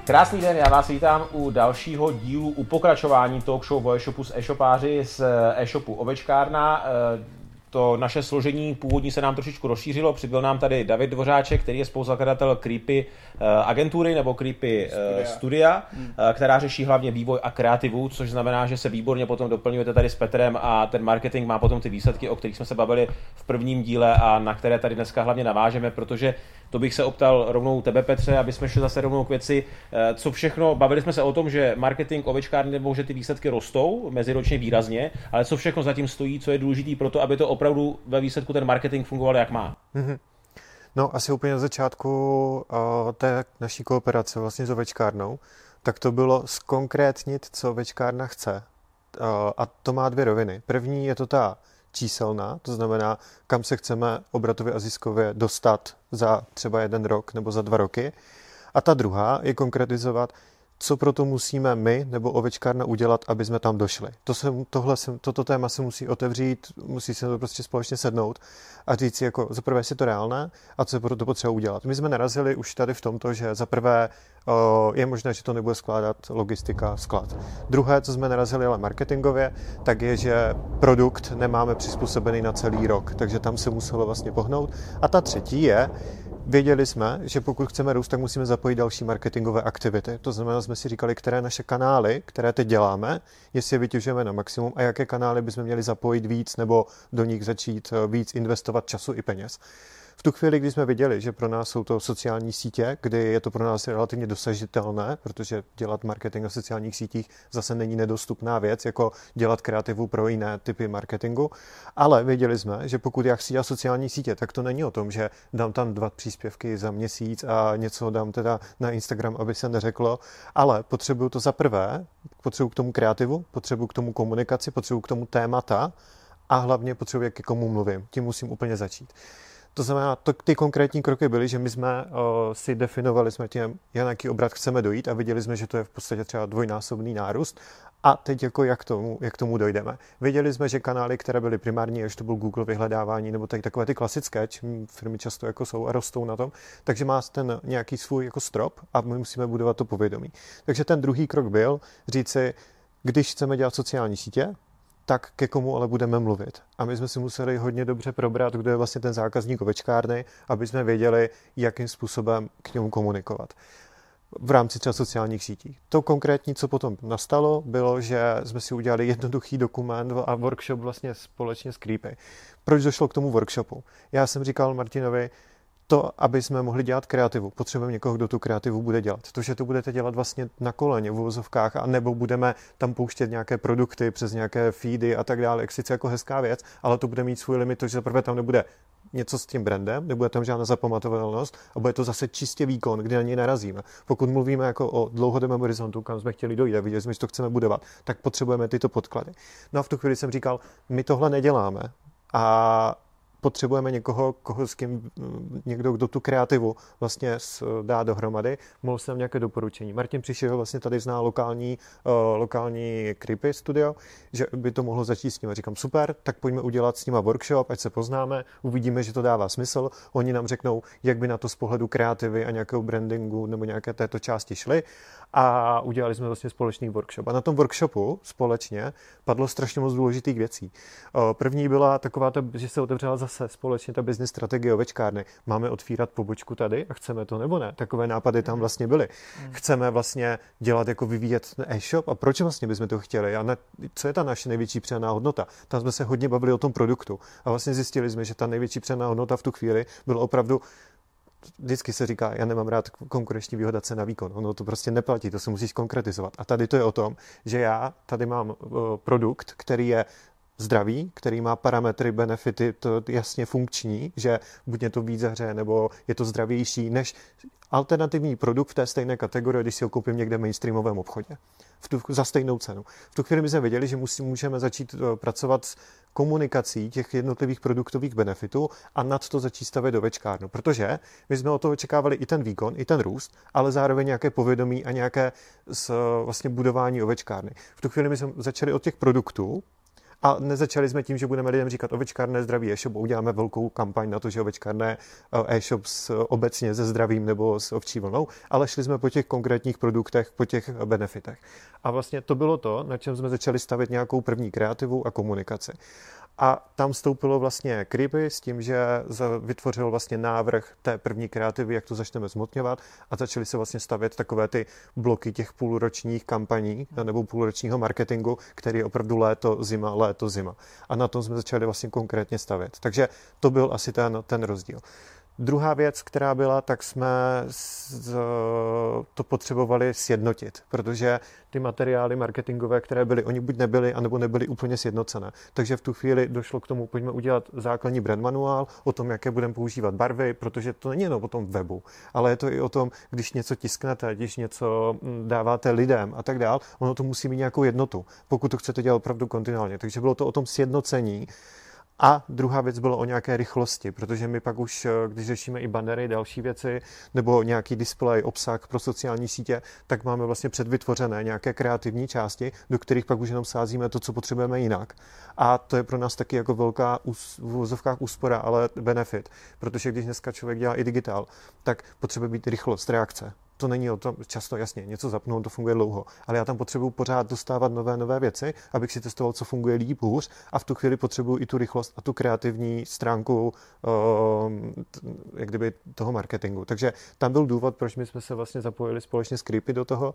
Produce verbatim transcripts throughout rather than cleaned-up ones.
Krásný den, já vás vítám u dalšího dílu, u pokračování talk show o e-shopu s e-shopáři z e-shopu Ovečkárna. To naše složení původní se nám trošičku rozšířilo, přibyl nám tady David Dvořáček, který je spoluzakladatel Creepy agentury nebo Creepy studia, studia hmm. která řeší hlavně vývoj a kreativu, což znamená, že se výborně potom doplňujete tady s Petrem a ten marketing má potom ty výsledky, o kterých jsme se bavili v prvním díle a na které tady dneska hlavně navážeme, protože to bych se optal rovnou tebe, Petře, aby jsme šli zase rovnou k věci, co všechno, bavili jsme se o tom, že marketing Ovečkárny nebo že ty výsledky rostou meziročně výrazně, ale co všechno zatím stojí, co je důležité pro to, aby to opravdu ve výsledku ten marketing fungoval jak má. Mm-hmm. No asi úplně na začátku uh, té naší kooperace vlastně s Ovečkárnou, tak to bylo zkonkrétnit, co Ovečkárna chce. Uh, a to má dvě roviny. První je to ta číselná, to znamená, kam se chceme obratově a ziskově dostat za třeba jeden rok nebo za dva roky. A ta druhá je konkretizovat, co proto musíme my nebo Ovečkárna udělat, aby jsme tam došli. To se, tohle se, toto téma se musí otevřít, musí se to prostě společně sednout a říct si, jako za prvé, jestli je to reálné a co je proto potřeba udělat. My jsme narazili už tady v tomto, že za prvé je možné, že to nebude skládat logistika, sklad. Druhé, co jsme narazili ale marketingově, tak je, že produkt nemáme přizpůsobený na celý rok, takže tam se muselo vlastně pohnout. A ta třetí je, věděli jsme, že pokud chceme růst, tak musíme zapojit další marketingové aktivity. To znamená, jsme si říkali, které naše kanály, které teď děláme, jestli je vytěžujeme na maximum a jaké kanály bychom měli zapojit víc nebo do nich začít víc investovat času i peněz. V tu chvíli, kdy jsme viděli, že pro nás jsou to sociální sítě, kdy je to pro nás relativně dosažitelné, protože dělat marketing na sociálních sítích zase není nedostupná věc, jako dělat kreativu pro jiné typy marketingu, ale věděli jsme, že pokud já chci dělat sociální sítě, tak to není o tom, že dám tam dva příspěvky za měsíc a něco dám teda na Instagram, aby se neřeklo, ale potřebuju to za prvé, potřebuju k tomu kreativu, potřebuju k tomu komunikaci, potřebuju k tomu témata a hlavně potřebuji, ke komu mluvím. Tím musím úplně začít. To znamená, to, ty konkrétní kroky byly, že my jsme uh, si definovali, jsme tím, na jaký obrat chceme dojít a viděli jsme, že to je v podstatě třeba dvojnásobný nárůst. A teď jako jak tomu, jak tomu dojdeme. Viděli jsme, že kanály, které byly primární, až to byl Google vyhledávání, nebo tak, takové ty klasické, čím firmy často jako jsou a rostou na tom, takže má ten nějaký svůj jako strop a my musíme budovat to povědomí. Takže ten druhý krok byl říci, když chceme dělat sociální sítě, tak ke komu ale budeme mluvit. A my jsme si museli hodně dobře probrat, kdo je vlastně ten zákazník Ovečkárny, aby jsme věděli, jakým způsobem k němu komunikovat v rámci třeba sociálních sítí. To konkrétní, co potom nastalo, bylo, že jsme si udělali jednoduchý dokument a workshop vlastně společně s Creepy. Proč došlo k tomu workshopu? Já jsem říkal Martinovi, to, aby jsme mohli dělat kreativu. Potřebujeme někoho, kdo tu kreativu bude dělat. To, že to budete dělat vlastně na koleně v uvozovkách, a nebo budeme tam pouštět nějaké produkty přes nějaké feedy a tak dále, jak sice jako hezká věc, ale to bude mít svůj limit, to, že zaprvé tam nebude něco s tím brandem, nebude tam žádná zapamatovatelnost a bude to zase čistě výkon, kdy na něj narazíme. Pokud mluvíme jako o dlouhodobém horizontu, kam jsme chtěli dojít a viděli jsme, že to chceme budovat, tak potřebujeme tyto podklady. No a v tu chvíli jsem říkal, my tohle neděláme a potřebujeme někoho, koho s kým někdo, kdo tu kreativu vlastně dá dohromady. Mohl jsem nějaké doporučení. Martin přišel, vlastně tady zná lokální, uh, lokální Creepy studio, že by to mohlo začít s ním. A říkám, super, tak pojďme udělat s nima workshop, ať se poznáme, uvidíme, že to dává smysl. Oni nám řeknou, jak by na to z pohledu kreativy a nějakého brandingu nebo nějaké této části šli. A udělali jsme vlastně společný workshop. A na tom workshopu společně padlo strašně moc důležitých věcí. První byla taková, že se otevřela zase společně ta business strategie Ovečkárny. Máme otvírat pobočku tady a chceme to nebo ne? Takové nápady tam vlastně byly. Chceme vlastně dělat, jako vyvíjet e-shop a proč vlastně bychom to chtěli? A na, co je ta naše největší přidaná hodnota? Tam jsme se hodně bavili o tom produktu a vlastně zjistili jsme, že ta největší přidaná hodnota v tu chvíli byla opravdu. Vždycky se říká, já nemám rád konkurenční výhoda cena výkon. Ono to prostě neplatí, to se musíš konkretizovat. A tady to je o tom, že já tady mám uh, produkt, který je zdravý, který má parametry, benefity, to jasně funkční, že buď je to víc hře, nebo je to zdravější než alternativní produkt v té stejné kategorii, když si ho koupím někde v mainstreamovém obchodě. V tu, za stejnou cenu. V tu chvíli my jsme věděli, že musí, můžeme začít pracovat s komunikací těch jednotlivých produktových benefitů a nad to začít stavět Ovečkárnu. Protože my jsme od toho očekávali i ten výkon, i ten růst, ale zároveň nějaké povědomí a nějaké s, vlastně budování Ovečkárny. V tu chvíli my jsme začali od těch produktů A nezačali jsme tím, že budeme lidem říkat ovečkárna je zdravý e-shop, uděláme velkou kampaň na to, že ovečkárna je e-shop s, obecně se zdravím nebo s ovčí vlnou, ale šli jsme po těch konkrétních produktech, po těch benefitech. A vlastně to bylo to, na čem jsme začali stavět nějakou první kreativu a komunikaci. A tam vstoupilo vlastně Creepy s tím, že vytvořil vlastně návrh té první kreativy, jak to začneme zmotňovat a začaly se vlastně stavět takové ty bloky těch půlročních kampaní nebo půlročního marketingu, který je opravdu léto, zima, léto, zima. A na tom jsme začali vlastně konkrétně stavět. Takže to byl asi ten, ten rozdíl. Druhá věc, která byla, tak jsme to potřebovali sjednotit, protože ty materiály marketingové, které byly, oni buď nebyly, anebo nebyly úplně sjednocené. Takže v tu chvíli došlo k tomu, pojďme udělat základní brand manuál o tom, jaké budeme používat barvy, protože to není jenom o tom webu, ale je to i o tom, když něco tisknete, když něco dáváte lidem a tak dál, ono to musí mít nějakou jednotu, pokud to chcete dělat opravdu kontinuálně. Takže bylo to o tom sjednocení. A druhá věc bylo o nějaké rychlosti, protože my pak už, když řešíme i bannery, další věci, nebo nějaký display, obsah pro sociální sítě, tak máme vlastně předvytvořené nějaké kreativní části, do kterých pak už jenom sázíme to, co potřebujeme jinak. A to je pro nás taky jako velká v uvozovkách úspora, ale benefit, protože když dneska člověk dělá i digitál, tak potřebuje být rychlost, reakce. To není o tom, často jasně, něco zapnout, to funguje dlouho, ale já tam potřebuji pořád dostávat nové, nové věci, abych si testoval, co funguje líp, hůř, a v tu chvíli potřebuji i tu rychlost a tu kreativní stránku um, jak kdyby toho marketingu. Takže tam byl důvod, proč my jsme se vlastně zapojili společně s Creepy do toho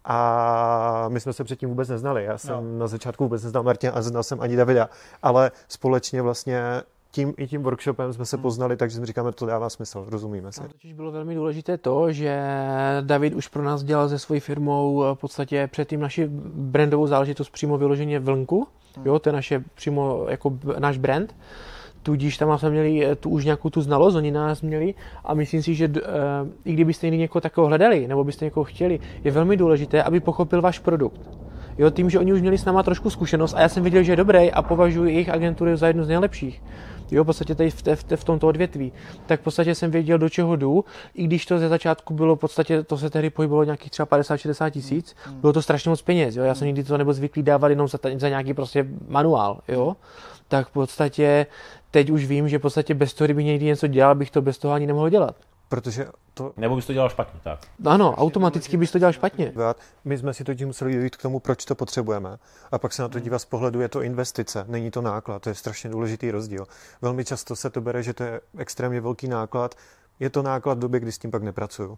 a my jsme se předtím vůbec neznali. Já jsem no. na začátku vůbec neznal Martina a neznal jsem ani Davida, ale společně vlastně tím i tím workshopem jsme se poznali, takže jsme říkáme, to dává smysl, rozumíme se. No, totiž bylo velmi důležité to, že David už pro nás dělal se svojí firmou v podstatě předtím naši brandovou záležitost přímo vyloženě Vlnku, jo, to je naše přímo jako náš brand, tudíž tam jsme měli tu už nějakou tu znalost, oni nás měli a myslím si, že uh, i kdybyste někoho takového hledali, nebo byste někoho chtěli, je velmi důležité, aby pochopil váš produkt. Jo, tím, že oni už měli s náma trošku zkušenost a já jsem viděl, že je dobrý a považuji jejich agenturu za jednu z nejlepších. Jo, v podstatě tady v, v, v tomto odvětví. Tak v podstatě jsem věděl, do čeho jdu, i když to ze začátku bylo v podstatě, to se tehdy pohybovalo nějakých třeba padesát šedesát tisíc, mm. bylo to strašně moc peněz, jo, já jsem nikdy to nebyl zvyklý dávat jenom za, za nějaký prostě manuál, jo. Tak v podstatě teď už vím, že v podstatě bez toho, kdybych někdy něco dělal, bych to bez toho ani nemohl dělat. Protože to... Nebo bys to dělal špatně, tak. Ano, automaticky bys to dělal špatně. My jsme si totiž museli dojít k tomu, proč to potřebujeme. A pak se na to dívat z pohledu, je to investice, není to náklad, to je strašně důležitý rozdíl. Velmi často se to bere, že to je extrémně velký náklad. Je to náklad v době, kdy s tím pak nepracuju.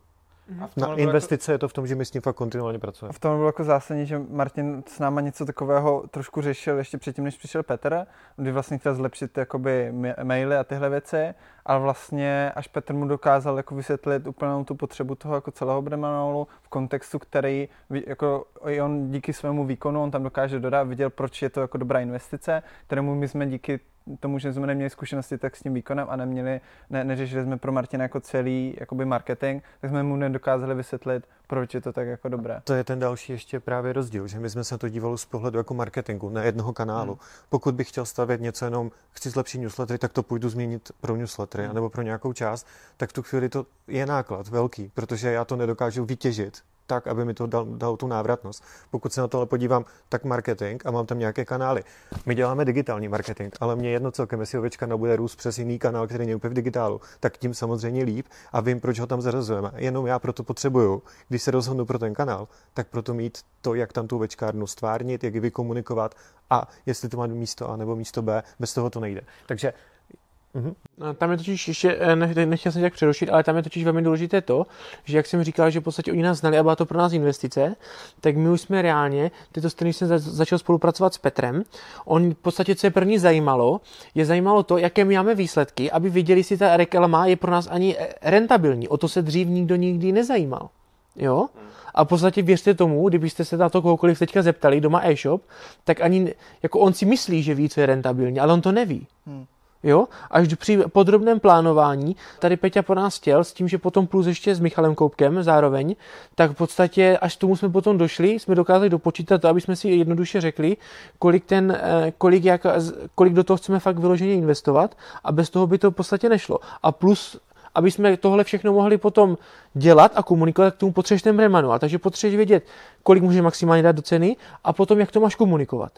Na investice jako... je to v tom, že my s tím fakt kontinuálně pracujeme. A v tom bylo jako zásadní, že Martin s náma něco takového trošku řešil ještě předtím, než přišel Petr, kdy vlastně chtěl zlepšit jakoby maily a tyhle věci, ale vlastně až Petr mu dokázal jako vysvětlit úplnou tu potřebu toho jako celého brand manuálu v kontextu, který jako i on díky svému výkonu, on tam dokáže dodat, viděl, proč je to jako dobrá investice, kterému my jsme díky tomu, že jsme neměli zkušenosti tak s tím výkonem a neměli, ne, neřešili jsme pro Martina jako celý jakoby marketing, tak jsme mu nedokázali vysvětlit, proč je to tak jako dobré. To je ten další ještě právě rozdíl, že my jsme se to dívali z pohledu jako marketingu, ne jednoho kanálu. Hmm. Pokud bych chtěl stavět něco jenom, chci zlepšit newslettery, tak to půjdu změnit pro newslettery, hmm. nebo pro nějakou část, tak v tu chvíli to je náklad velký, protože já to nedokážu vytěžit tak, aby mi to dal, dal tu návratnost. Pokud se na tohle podívám, tak marketing a mám tam nějaké kanály. My děláme digitální marketing, ale mě jedno celkem, jestli ovečka bude růst přes jiný kanál, který není úplně v digitálu, tak tím samozřejmě líp a vím, proč ho tam zařazujeme. Jenom já proto potřebuju, když se rozhodnu pro ten kanál, tak proto mít to, jak tam tu ovečkárnu stvárnit, jak ji vykomunikovat a jestli to má místo A nebo místo B, bez toho to nejde. Takže Uhum. Tam je totiž ještě, ne, nechtěl jsem tak přerušit, ale tam je totiž velmi důležité to, že jak jsem říkal, že v podstatě oni nás znali a byla to pro nás investice, tak my už jsme reálně, tyto strany jsem začal spolupracovat s Petrem, on v podstatě, co je první zajímalo, je zajímalo to, jaké my máme výsledky, aby viděli, jestli ta reklama je pro nás ani rentabilní, o to se dřív nikdo nikdy nezajímal. Jo? A v podstatě věřte tomu, kdybyste se na to kohokoliv teďka zeptali, doma e-shop, tak ani, jako on si myslí, že ví, co je rentabilní, ale on to neví. Hmm. Jo? Až při podrobném plánování tady Peťa po nás chtěl s tím, že potom plus ještě s Michalem Koupkem zároveň, tak v podstatě až tomu jsme potom došli, jsme dokázali dopočítat to, aby jsme si jednoduše řekli, kolik, ten, kolik, jak, kolik do toho chceme fakt vyloženě investovat a bez toho by to v podstatě nešlo. A plus, aby jsme tohle všechno mohli potom dělat a komunikovat, k tomu potřebuješ ten brand manuál. Takže potřebuješ vědět, kolik může maximálně dát do ceny a potom, jak to máš komunikovat.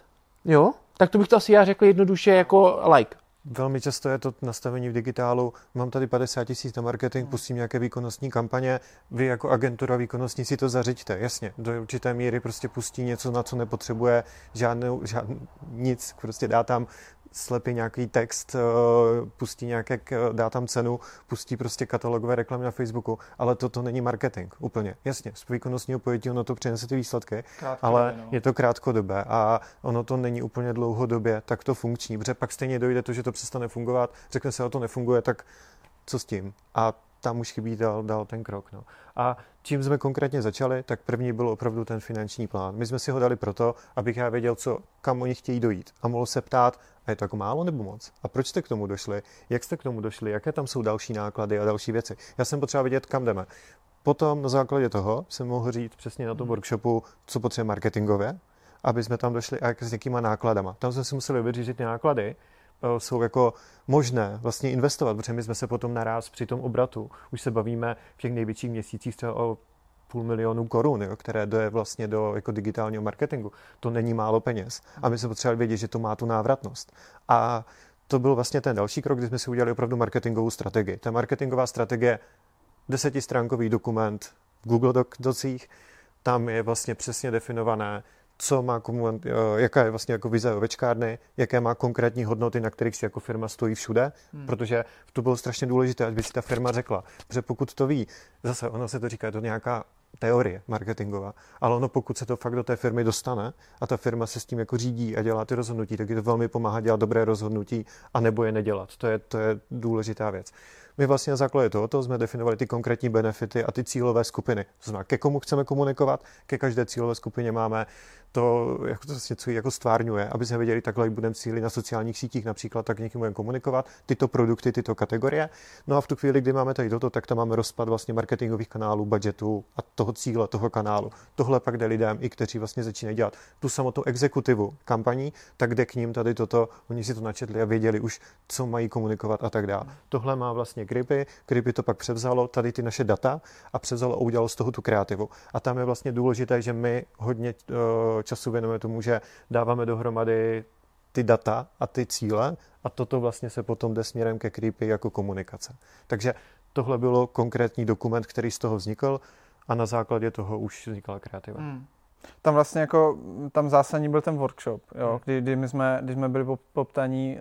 Jo? Tak to bych to asi já řekl jednoduše jako like. Velmi často je to nastavení v digitálu, mám tady padesát tisíc na marketing, pustím nějaké výkonnostní kampaně, vy jako agentura výkonnostní si to zařiďte, jasně, do určité míry prostě pustí něco, na co nepotřebuje žádnou, žádnou nic, prostě dá tam slepý nějaký text, pustí nějaké, dá tam cenu, pustí prostě katalogové reklamy na Facebooku, ale toto není marketing, úplně, jasně, z výkonnostního pojetí ono to přinese ty výsledky, Krátko ale době, no. je to krátkodobé a ono to není úplně dlouhodobě takto funkční, protože pak stejně dojde to, že to přestane fungovat, řekne se, o to nefunguje, tak co s tím? A tam už chybí dál, dál ten krok. No. A čím jsme konkrétně začali, tak první byl opravdu ten finanční plán. My jsme si ho dali proto, abych já věděl, co, kam oni chtějí dojít. A mohl se ptát, a je to jako málo nebo moc? A proč jste k tomu došli? Jak jste k tomu došli? Jaké tam jsou další náklady a další věci? Já jsem potřeboval vědět, kam jdeme. Potom na základě toho jsem mohl říct přesně na tom workshopu, co potřebuje marketingově, aby jsme tam došli a jak s jakýma nákladama. Tam jsme si museli vyříct, že ty náklady jsou jako možné vlastně investovat, protože my jsme se potom naráz při tom obratu, už se bavíme v těch největších měsících třeba o půl milionu korun, jo, které jde vlastně do jako digitálního marketingu. To není málo peněz. A my jsme potřebovali vědět, že to má tu návratnost. A to byl vlastně ten další krok, kdy jsme si udělali opravdu marketingovou strategii. Ta marketingová strategie, desetistránkový dokument v Google Docích, tam je vlastně přesně definované, co má komu, jaká je vlastně jako vize ovečkárny, jaké má konkrétní hodnoty, na kterých si jako firma stojí všude, hmm. protože to bylo strašně důležité, aby si ta firma řekla, protože pokud to ví, zase ono se to říká, je to nějaká teorie marketingová, ale ono pokud se to fakt do té firmy dostane a ta firma se s tím jako řídí a dělá ty rozhodnutí, tak je to velmi pomáhá dělat dobré rozhodnutí a nebo je nedělat. To je, to je důležitá věc. My vlastně na základě tohoto jsme definovali ty konkrétní benefity a ty cílové skupiny. To znamená, ke komu chceme komunikovat, ke každé cílové skupině máme to, jako to něco jako stvárňuje, aby jsme věděli, takhle budeme cílit na sociálních sítích například, tak někým budeme komunikovat, tyto produkty, tyto kategorie. No a v tu chvíli, kdy máme tady toto, tak tam máme rozpad vlastně marketingových kanálů, budgetu a toho cíle, toho kanálu. Tohle pak jde lidem, i kteří vlastně začínají dělat tu samotnou exekutivu kampaní, tak jde k ním tady toto, oni si to načetli a věděli už, co mají komunikovat a tak dále. Tohle má vlastně Gripy, Gripy to pak převzalo tady ty naše data a převzalo a udělalo z toho tu kreativu. A tam je vlastně důležité, že my hodně uh, času věnujeme tomu, že dáváme dohromady ty data a ty cíle a toto vlastně se potom jde směrem ke Creepy jako komunikace. Takže tohle bylo konkrétní dokument, který z toho vznikl a na základě toho už vznikala kreativa. Hmm. Tam vlastně jako, tam zásadní byl ten workshop, jo, hmm. kdy, kdy my jsme, když jsme byli poptaní,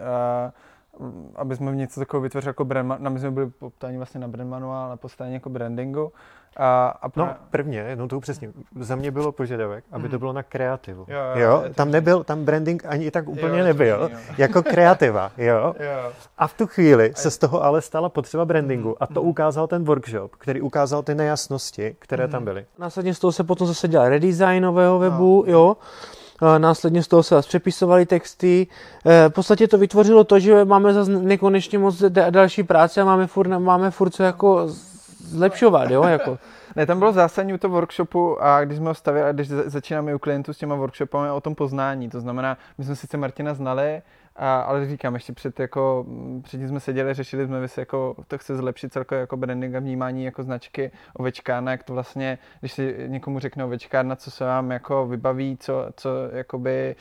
uh, aby jsme něco takového vytvořili jako brand, my jsme byli poptáni vlastně na brand manuál, na postavení jako brandingu. A, a pra... No prvně, no to přesně, za mě bylo požadavek, aby mm. to bylo na kreativu. Jo, jo, jo? Tam nebyl, tam branding ani tak úplně jo, nebyl, jo. Jako kreativa, jo? Jo. A v tu chvíli se z toho ale stala potřeba brandingu a to ukázal ten workshop, který ukázal ty nejasnosti, které mm. tam byly. Následně z toho se potom zase dělal redesign nového webu, no. jo? Následně z toho se přepisovaly texty. V podstatě to vytvořilo to, že máme zase nekonečně moc další práce a máme furt, máme furt co jako zlepšovat, jo, jako. Ne, tam bylo zásadní u toho workshopu a když jsme ho stavili a když začínáme u klientů s těma workshopami o tom poznání, to znamená, my jsme sice Martina znali, a, ale říkám, ještě před jako, předtím jsme seděli, řešili jsme, jestli jako to chce zlepšit celkově jako branding a vnímání jako značky ovečkárna, jak to vlastně, když si někomu řekne ovečkárna, co se vám jako vybaví, co, co jakoby,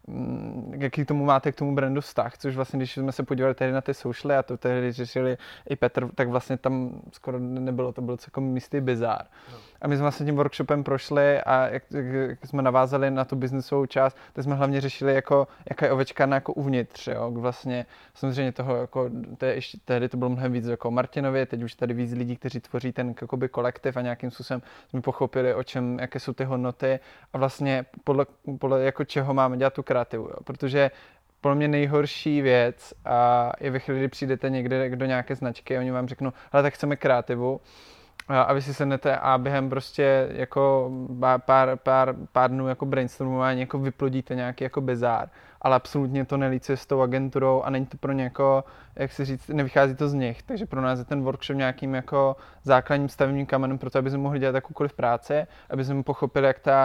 jaký k tomu máte k tomu brandu vztah, což vlastně, když jsme se podívali tady na ty socialy a to tehdy řešili i Petr, tak vlastně tam skoro nebylo, to bylo jako místý bizár. No. A my jsme vlastně tím workshopem prošli a jak, jak jsme navázali na tu biznesovou část, tak jsme hlavně řešili, jako, jaká je ovečkárna jako uvnitř, jo? Vlastně samozřejmě toho, jako, to je ještě, tehdy to bylo mnohem víc jako Martinově, teď už tady víc lidí, kteří tvoří ten jakoby kolektiv a nějakým způsobem jsme pochopili, o čem, jaké jsou ty hodnoty a vlastně podle, podle jako čeho máme dělat tu kreativu, jo? Protože podle mě nejhorší věc a je ve chvíli, kdy přijdete někde do nějaké značky a oni vám řeknou, hele, tak chceme kreativu, a vy si sednete a během prostě jako pár, pár, pár dnů jako brainstormování jako vyplodíte nějaký jako bizár, ale absolutně to nelícuje s tou agenturou a není to pro ně jako, jak si říct, nevychází to z nich, takže pro nás je ten workshop nějakým jako základním stavebním kamenem pro to, aby jsme mohli dělat jakoukoliv práci, aby jsme pochopili, jak ta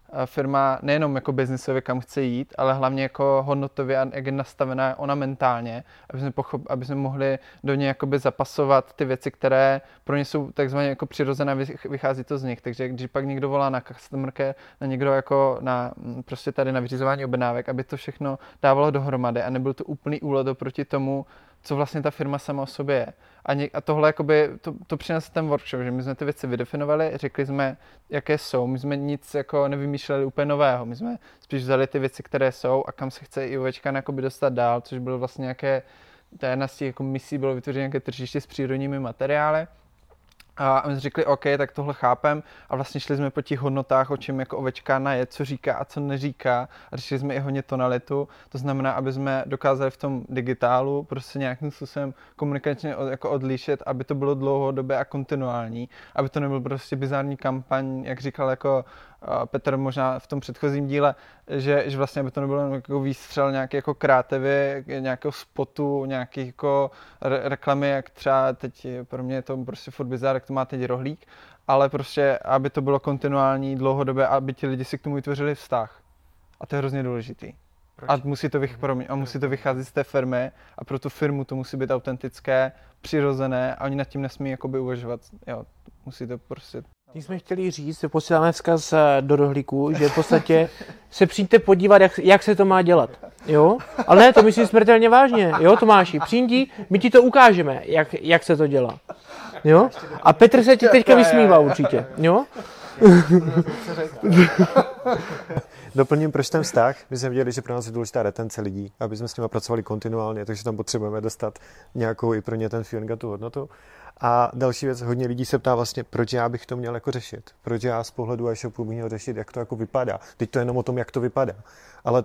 firma nejenom jako biznisově kam chce jít, ale hlavně jako hodnotově a jak je nastavená ona mentálně, aby jsme, pochop, aby jsme mohli do něj jakoby zapasovat ty věci, které pro ně jsou takzvaně jako přirozené, vychází to z nich. Takže když pak někdo volá na customer care, na někdo jako na prostě tady na vyřizování objednávek, aby to všechno dávalo dohromady a nebyl to úplný úlet oproti tomu, co vlastně ta firma sama o sobě je. A, něk, a tohle jakoby, to, to přinesl ten workshop, že my jsme ty věci vydefinovali, řekli jsme, jaké jsou, my jsme nic jako nevymýšleli úplně nového, my jsme spíš vzali ty věci, které jsou a kam se chce i Ovečkan jakoby dostat dál, což bylo vlastně nějaké, ta jedna z těch jako misí bylo vytvořit nějaké tržiště s přírodními materiály. A my jsme řekli, OK, tak tohle chápem a vlastně šli jsme po těch hodnotách, o čem jako Ovečkárna je, co říká a co neříká a řešili jsme i hodně tonalitu, to znamená, aby jsme dokázali v tom digitálu prostě nějakým způsobem komunikačně od, jako odlišit, aby to bylo dlouhodobé a kontinuální, aby to nebyl prostě bizarní kampaň, jak říkal jako Petr možná v tom předchozím díle, že, že vlastně aby to nebylo jako výstřel nějaký jako kreativy, nějakého spotu, nějakých jako re- reklamy, jak třeba teď pro mě je to prostě furt bizar, jak to má teď Rohlík, ale prostě aby to bylo kontinuální, dlouhodobé, aby ti lidi si k tomu vytvořili vztah. A to je hrozně důležitý. Proč? A musí to, vych, a musí to vycházet z té firmy a pro tu firmu to musí být autentické, přirozené a oni nad tím nesmí jakoby uvažovat. Jo, musí to prostě... Tím jsme chtěli říct, posíláme vzkaz do Rohlíku, že v podstatě se přijďte podívat, jak, jak se to má dělat, jo? Ale ne, to myslím smrtelně vážně, jo Tomáši, přijď, my ti to ukážeme, jak, jak se to dělá, jo? A Petr se ti teďka vysmívá určitě, jo? Doplním, proč ten vztah. My jsme viděli, že pro nás je důležitá retence lidí, aby jsme s nimi pracovali kontinuálně, takže tam potřebujeme dostat nějakou i pro ně ten feeling a tu hodnotu. A další věc, hodně lidí se ptá vlastně, proč já bych to měl jako řešit. Proč já z pohledu e-shopu bych měl řešit, jak to jako vypadá. Teď to je jenom o tom, jak to vypadá. Ale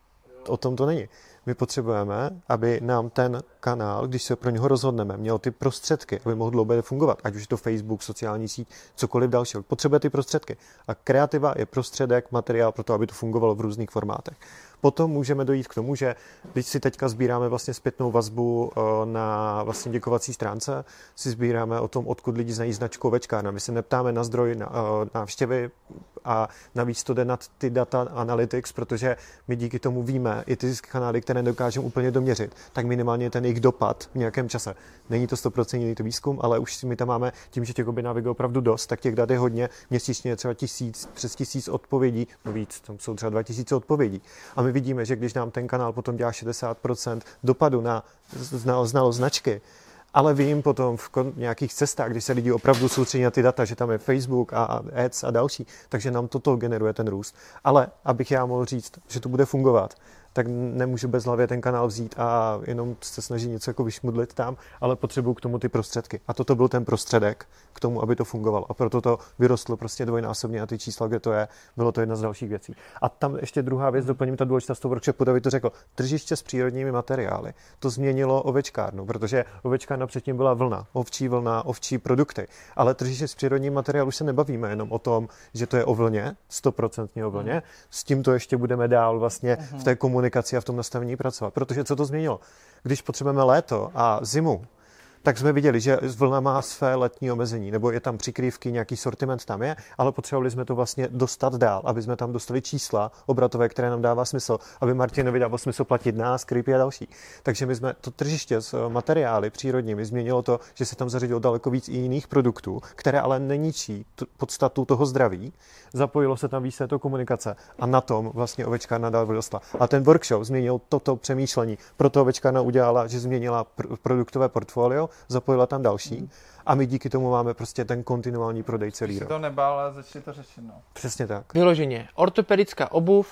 o tom to není. My potřebujeme, aby nám ten kanál, když se pro něho rozhodneme, měl ty prostředky, aby mohl dlouhodobě fungovat. Ať už je to Facebook, sociální síť, cokoliv dalšího. Potřebuje ty prostředky. A kreativa je prostředek, materiál pro to, aby to fungovalo v různých formátech. Potom můžeme dojít k tomu, že když si teďka sbíráme vlastně zpětnou vazbu na vlastně děkovací stránce, si sbíráme o tom, odkud lidi znají značku Ovečkárna. My se neptáme na zdroj na návštěvy a navíc to jde nad ty data analytics, protože my díky tomu víme i ty kanály, které nedokážeme úplně doměřit, tak minimálně ten jejich dopad v nějakém čase. Není to sto procent to výzkum, ale už my tam máme, tím, že těch objednávek je opravdu dost, tak těch dat je hodně, měsíčně je třeba tisíc, přes tisíc odpovědí, no víc, tam jsou třeba dva tisíce odpovědí. A my vidíme, že když nám ten kanál potom dělá šedesát procent dopadu na znalost značky, ale vím potom v nějakých cestách, když se lidi opravdu soustředí na ty data, že tam je Facebook a Ads a další, takže nám toto generuje ten růst. Ale abych já mohl říct, že to bude fungovat, tak nemůžu bezhlavě ten kanál vzít a jenom se snažit něco jako vyšmudlit tam, ale potřebuju k tomu ty prostředky. A toto byl ten prostředek k tomu, aby to fungovalo. A proto to vyrostlo prostě dvojnásobně na ty čísla, kde to je. Bylo to jedna z dalších věcí. A tam ještě druhá věc, doplním ta důležitá z toho workshopu, David to řekl, tržiště s přírodními materiály. To změnilo Ovečkárnu, protože Ovečkárna předtím byla vlna, ovčí vlna, ovčí produkty. Ale tržiště s přírodními materiály už se nebavíme jenom o tom, že to je o vlně, sto procent o vlně. S tím to ještě budeme dál vlastně v té komunikaci a v tom nastavení pracovat. Protože co to změnilo? Když potřebujeme léto a zimu, tak jsme viděli, že vlna má své letní omezení, nebo je tam přikrývky, nějaký sortiment tam je, ale potřebovali jsme to vlastně dostat dál, aby jsme tam dostali čísla obratové, které nám dává smysl, aby Martinovi dávalo smysl platit nás, creepy a další. Takže my jsme to tržiště s materiály přírodními změnilo to, že se tam zařadilo daleko víc i jiných produktů, které ale neničí t- podstatu toho zdraví. Zapojilo se tam víc této komunikace a na tom vlastně Ovečkárna dál vyrostla. A ten workshop změnil toto přemýšlení. Proto Ovečkárna udělala, že změnila pr- produktové portfolio, zapojila tam další hmm. a my díky tomu máme prostě ten kontinuální prodej celý rok. to nebál, ale začali to řešit, no. Přesně tak. Vyloženě. Ortopedická obuv,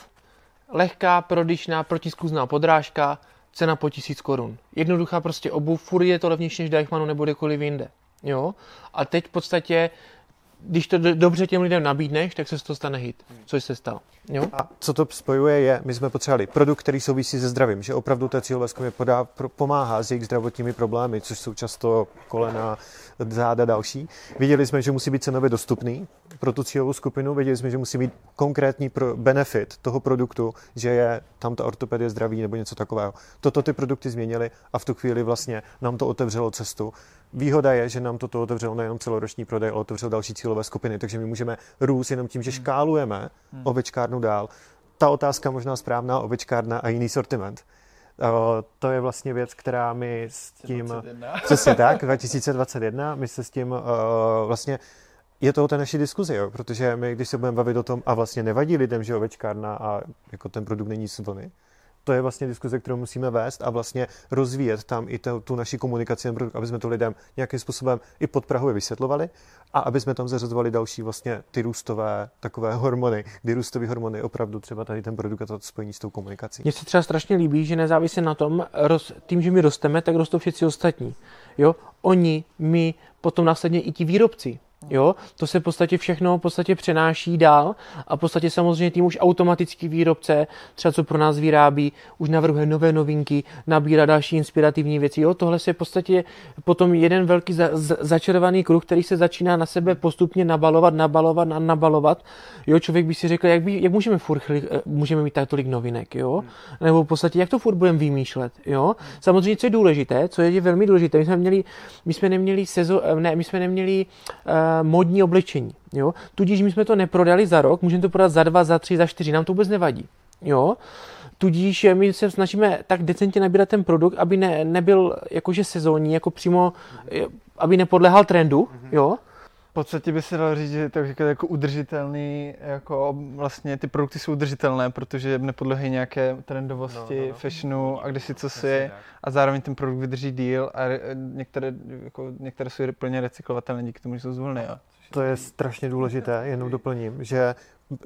lehká, prodyšná, protiskluzná podrážka, cena po tisíc korun. Jednoduchá prostě obuv, furt je to levnější než Deichmannu nebo kdekoliv jinde. Jo? A teď v podstatě, když to do, dobře těm lidem nabídneš, tak se z toho stane hit, což se stalo. Jo? A co to spojuje je, my jsme potřebovali produkt, který souvisí se zdravím, že opravdu té cílové skupině podá, pro, pomáhá s jejich zdravotními problémy, což jsou často kolena, záda další. Viděli jsme, že musí být cenově dostupný pro tu cílovou skupinu, viděli jsme, že musí mít konkrétní pro benefit toho produktu, že je tam ta ortopedie zdraví nebo něco takového. Toto ty produkty změnily a v tu chvíli vlastně nám to otevřelo cestu výhoda je, že nám toto otevřelo nejenom celoroční prodej, ale otevřelo další cílové skupiny, takže my můžeme růst jenom tím, že škálujeme hmm. ovečkárnu dál. Ta otázka možná správná, ovečkárna a jiný sortiment. Uh, to je vlastně věc, která my s tím... dvacet jedna Přesně tak, dva tisíce dvacet jedna, my se s tím uh, vlastně... Je to o té naší diskuzi, jo? Protože my, když se budeme bavit o tom, a vlastně nevadí lidem, že ovečkárna a jako ten produkt není z vlny, to je vlastně diskuze, kterou musíme vést a vlastně rozvíjet tam i tu, tu naši komunikaci, aby jsme to lidem nějakým způsobem i podprahově vysvětlovali a aby jsme tam zařazovali další vlastně ty růstové takové hormony, kdy růstové hormony opravdu třeba tady ten produkt a to spojení s tou komunikací. Mně se třeba strašně líbí, že nezávisí na tom, roz, tím, že my rosteme, tak rostou všichni ostatní. Jo? Oni, my, potom následně i ti výrobci. Jo, to se v podstatě všechno v podstatě přenáší dál a v podstatě samozřejmě tím už automatický výrobce, třeba co pro nás vyrábí, už navrhuje nové novinky, nabírá další inspirativní věci. Jo, tohle se v podstatě potom jeden velký za, za, začarovaný kruh, který se začíná na sebe postupně nabalovat, nabalovat a nabalovat. Jo, člověk by si řekl, jak, by, jak můžeme furt můžeme mít tak tolik novinek, jo? Nebo v podstatě jak to furt budeme vymýšlet, jo? Samozřejmě co je důležité, co je velmi důležité, my jsme měli, my jsme neměli sezo, ne, my jsme neměli uh, modní oblečení, jo. Tudíž my jsme to neprodali za rok, můžeme to prodat za dva, za tři, za čtyři, nám to vůbec nevadí, jo. Tudíž my se snažíme tak decentně nabírat ten produkt, aby ne, nebyl jakože sezónní, jako přímo, aby nepodléhal trendu, jo. V podstatě by se dalo říct, že je to jako udržitelný, jako vlastně ty produkty jsou udržitelné, protože nepodlehají nějaké trendovosti, no, no, no. fashionu a když si co si a zároveň ten produkt vydrží díl a některé, jako, některé jsou plně recyklovatelné díky tomu, že jsou z vlny. To je strašně důležité, jenom doplním, že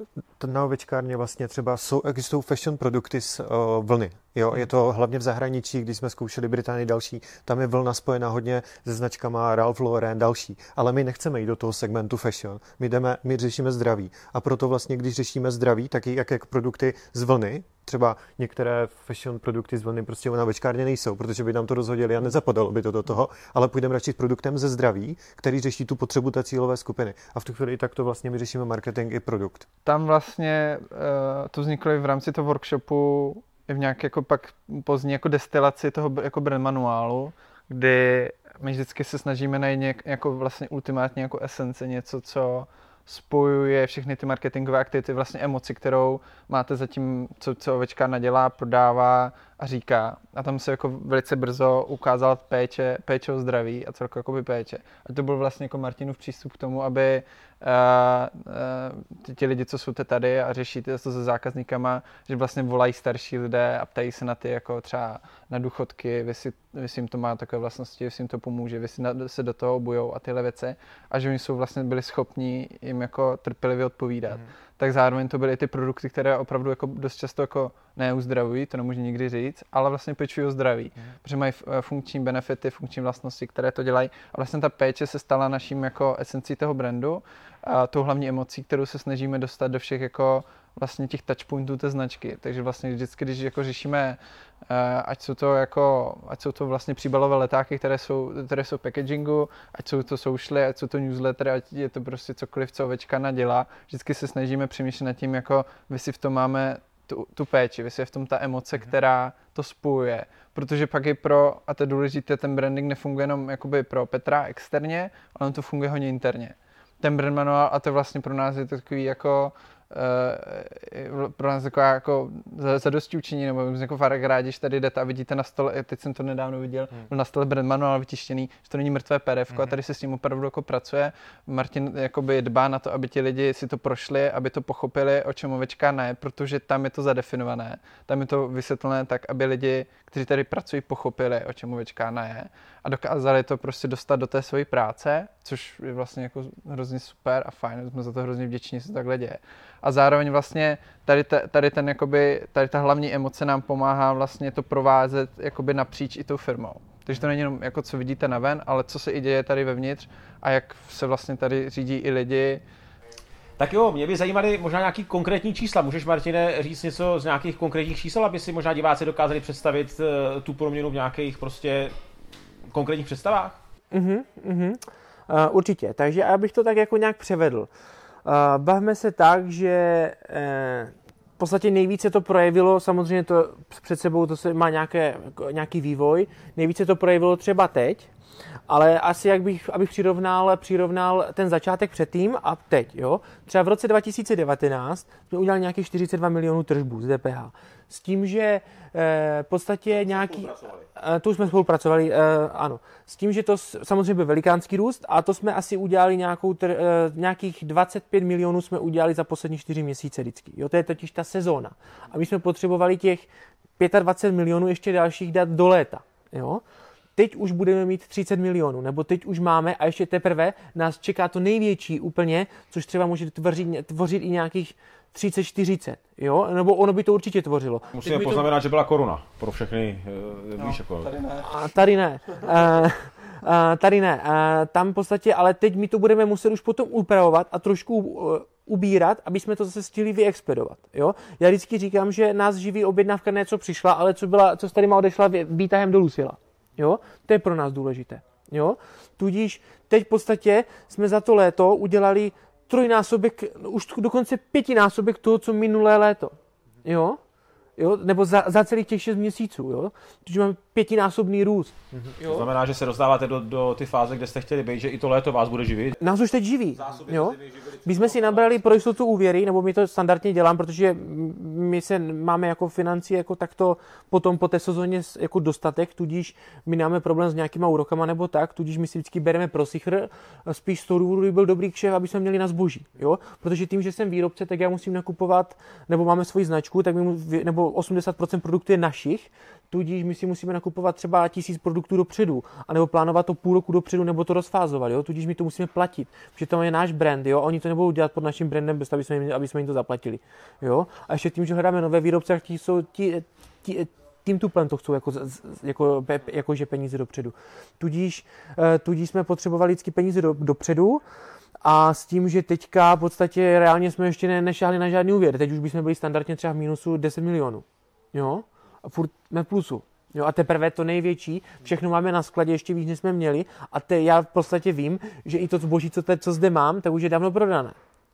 na ovečkárně vlastně třeba jsou, existují fashion produkty z uh, vlny. Jo, je to hlavně v zahraničí, když jsme zkoušeli Británii další, tam je vlna spojená hodně se značkama Ralph Lauren další, ale my nechceme jít do toho segmentu fashion, my jdeme, my řešíme zdraví a proto vlastně, když řešíme zdraví, tak i jaké produkty z vlny, třeba některé fashion produkty z vlny prostě na ovečkárně nejsou, protože by nám to rozhodili a nezapadalo by to do toho, ale půjdeme radši s produktem ze zdraví, který řeší tu potřebu té cílové skupiny. A v tu chvíli i tak to vlastně my řešíme marketing i produkt. Tam vlastně uh, to vzniklo i v rámci toho workshopu i v nějaké jako pak pozdní jako destilaci toho jako brand manuálu, kdy my vždycky se snažíme najít nějak, jako vlastně ultimátní jako esence, něco, co spojuje všechny ty marketingové aktivity, vlastně emoci, kterou máte zatím, co, co ovečkárna dělá, prodává a říká. A tam se jako velice brzo ukázala péče, péče o zdraví a celkově jakoby péče. A to byl vlastně jako Martinův přístup k tomu, aby uh, uh, ti lidi, co jsou tady a řeší to se zákazníkama, že vlastně volají starší lidé a ptají se na ty jako třeba na důchodky, jestli, jestli jim to má takové vlastnosti, jestli jim to pomůže, jestli se do toho obujou a tyhle věci. A že oni jsou vlastně byli schopni jim jako trpělivě odpovídat. Mm. Tak zároveň to byly ty produkty, které opravdu jako dost často jako neuzdravují, to nemůže nikdy říct, ale vlastně pečují o zdraví, mm. protože mají funkční benefity, funkční vlastnosti, které to dělají. A vlastně ta péče se stala naším jako esencí toho brandu a tou hlavní emocí, kterou se snažíme dostat do všech jako vlastně těch touchpointů té značky. Takže vlastně vždycky, když jako řešíme, ať jsou to jako, ať jsou to vlastně příbalové letáky, které jsou, které jsou packagingu, ať jsou to socially, ať jsou to newslettery, ať je to prostě cokoliv, co ovečkárna dělá, vždycky se snažíme přemýšlet nad tím, jako vy si v tom máme tu, tu péči, vy si je v tom ta emoce, která to spojuje. Protože pak je pro, a to je důležité, ten branding nefunguje jenom jakoby pro Petra externě, ale on to funguje hodně interně. Ten brand manuál, a to vlastně pro nás je to takový jako Uh, pro nás taková jako zadosti učiní, nebo jako fakt rádi, že tady jdete a vidíte na stole, teď jsem to nedávno viděl, hmm. byl na stole brand manuál vytištěný, že to není mrtvé P D F, hmm. a tady se s tím opravdu jako pracuje. Martin jakoby dbá na to, aby ti lidi si to prošli, aby to pochopili, o čem ovečkárna je, protože tam je to zadefinované, tam je to vysvětlené tak, aby lidi, kteří tady pracují, pochopili, o čem ovečkárna je a dokázali to prostě dostat do té své práce, což je vlastně jako hrozně super a fajn, jsme za to hrozně vděční, že se takhle děje. A zároveň vlastně tady, te, tady, ten, jakoby, tady ta hlavní emoce nám pomáhá vlastně to provázet jakoby napříč i tou firmou. Takže to není jenom jako co vidíte naven, ale co se i děje tady vevnitř a jak se vlastně tady řídí i lidi. Tak jo, mě by zajímaly možná nějaký konkrétní čísla. Můžeš, Martine, říct něco z nějakých konkrétních čísel, aby si možná diváci dokázali představit uh, tu proměnu v nějakých prostě konkrétních představách? Mhm, mhm. Uh, určitě, takže abych to tak jako nějak převedl. Uh, bavme se tak, že uh, v podstatě nejvíce to projevilo, samozřejmě to před sebou to se má nějaké, nějaký vývoj, nejvíce to projevilo třeba teď, Ale asi jak bych, abych přirovnal, přirovnal ten začátek předtím a teď, jo. Třeba v roce dva tisíce devatenáct jsme udělali nějakých čtyřicet dva milionů tržbů z D P H. S tím, že eh, v podstatě nějaký... Eh, tu jsme spolupracovali, eh, ano. S tím, že to samozřejmě byl velikánský růst a to jsme asi udělali nějakou tr, eh, nějakých dvacet pět milionů jsme udělali za poslední čtyři měsíce vždycky. Jo, to je totiž ta sezóna. A my jsme potřebovali těch dvacet pět milionů ještě dalších dát do léta, jo. Teď už budeme mít třicet milionů, nebo teď už máme a ještě teprve nás čeká to největší úplně, což třeba může tvořit, tvořit i nějakých třicet čtyřicet, jo? Nebo ono by to určitě tvořilo. Musíme poznamenat, to... že byla koruna pro všechny, no, víš, jako... Tady ne. A tady ne. Uh, uh, tady ne. Uh, tam v podstatě, ale teď my to budeme muset už potom upravovat a trošku uh, ubírat, aby jsme to zase stihli vyexpedovat. Jo? Já vždycky říkám, že nás živí objednávka ne co přišla, ale co, byla, co s tady má odešla výtahem dolů sjela. Jo? To je pro nás důležité. Jo? Tudíž teď v podstatě jsme za to léto udělali trojnásobek, už dokonce pětinásobek toho, co minulé léto. Jo? Jo? Nebo za, za celých těch šest měsíců. Jo? Tudíž máme pětinásobný růst. Jo? To znamená, že se dostáváte do, do ty fáze, kde jste chtěli být, že i to léto vás bude živit? Nás už teď živí. Jo? My jsme si nabrali pro jistotu úvěry, nebo my to standardně dělám, protože my se máme jako financí jako takto potom po té sezóně jako dostatek, tudíž my nemáme problém s nějakýma úrokama nebo tak, tudíž my si vždycky bereme prosichr, spíš z toho důvodu, by byl dobrý kšef, aby jsme měli na zboží. Jo? Protože tím, že jsem výrobce, tak já musím nakupovat, nebo máme svoji značku, tak my, nebo osmdesát procent produktů je našich, tudíž my si musíme nakupovat třeba tisíc produktů dopředu, anebo plánovat to půl roku dopředu, nebo to rozfázovat, jo? Tudíž my to musíme platit, protože to je náš brand, jo? Oni to nebudou dělat pod naším brandem, bez aby jsme jim, aby jsme jim to zaplatili, jo? A ještě tím, že hledáme nové výrobce, ti jsou ti, ti, tím tuplem to chcou jako, jako, jako že peníze dopředu. Tudíž, tudíž jsme potřebovali vždycky peníze do, dopředu. A s tím, že teďka v podstatě reálně jsme ještě ne, nešáhli na žádný úvěr. Teď už bychom byli standardně třeba v mínusu deset milionů. Jo? A furt jsme v plusu. Jo? A teprve to největší, všechno máme na skladě, ještě víc, než jsme měli. A te, já v podstatě vím, že i to zboží, co, te, co zde mám, tak už je dávno prodané.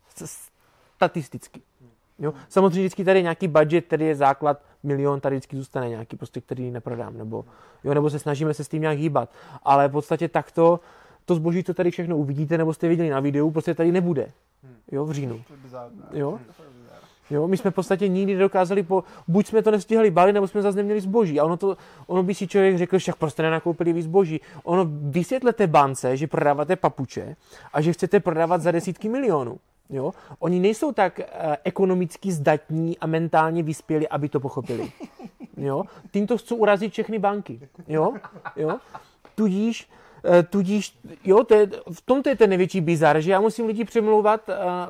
Statisticky. Jo? Samozřejmě vždycky tady nějaký budget, který je základ, milion, tady vždycky zůstane nějaký, prostě, který neprodám. Nebo, jo? Nebo se snažíme se s tím nějak hýbat. Ale v podstatě takto to zboží, co tady všechno uvidíte, nebo jste viděli na videu, prostě tady nebude. Jo, v říjnu. Jo? Jo, my jsme v podstatě nikdy nedokázali, po, buď jsme to nestihli balit, nebo jsme zase neměli zboží. A ono, to, ono by si člověk řekl, že prostě nenakoupili víc zboží. Ono vysvětlete bance, že prodáváte papuče a že chcete prodávat za desítky milionů. Jo? Oni nejsou tak uh, ekonomicky zdatní a mentálně vyspělí, aby to pochopili. Jo? Tímto chcou urazit všechny banky. Jo? Jo? Tudíž Tudíž, jo, to je, v tom to je ten největší bizar, že já musím lidi přemlouvat,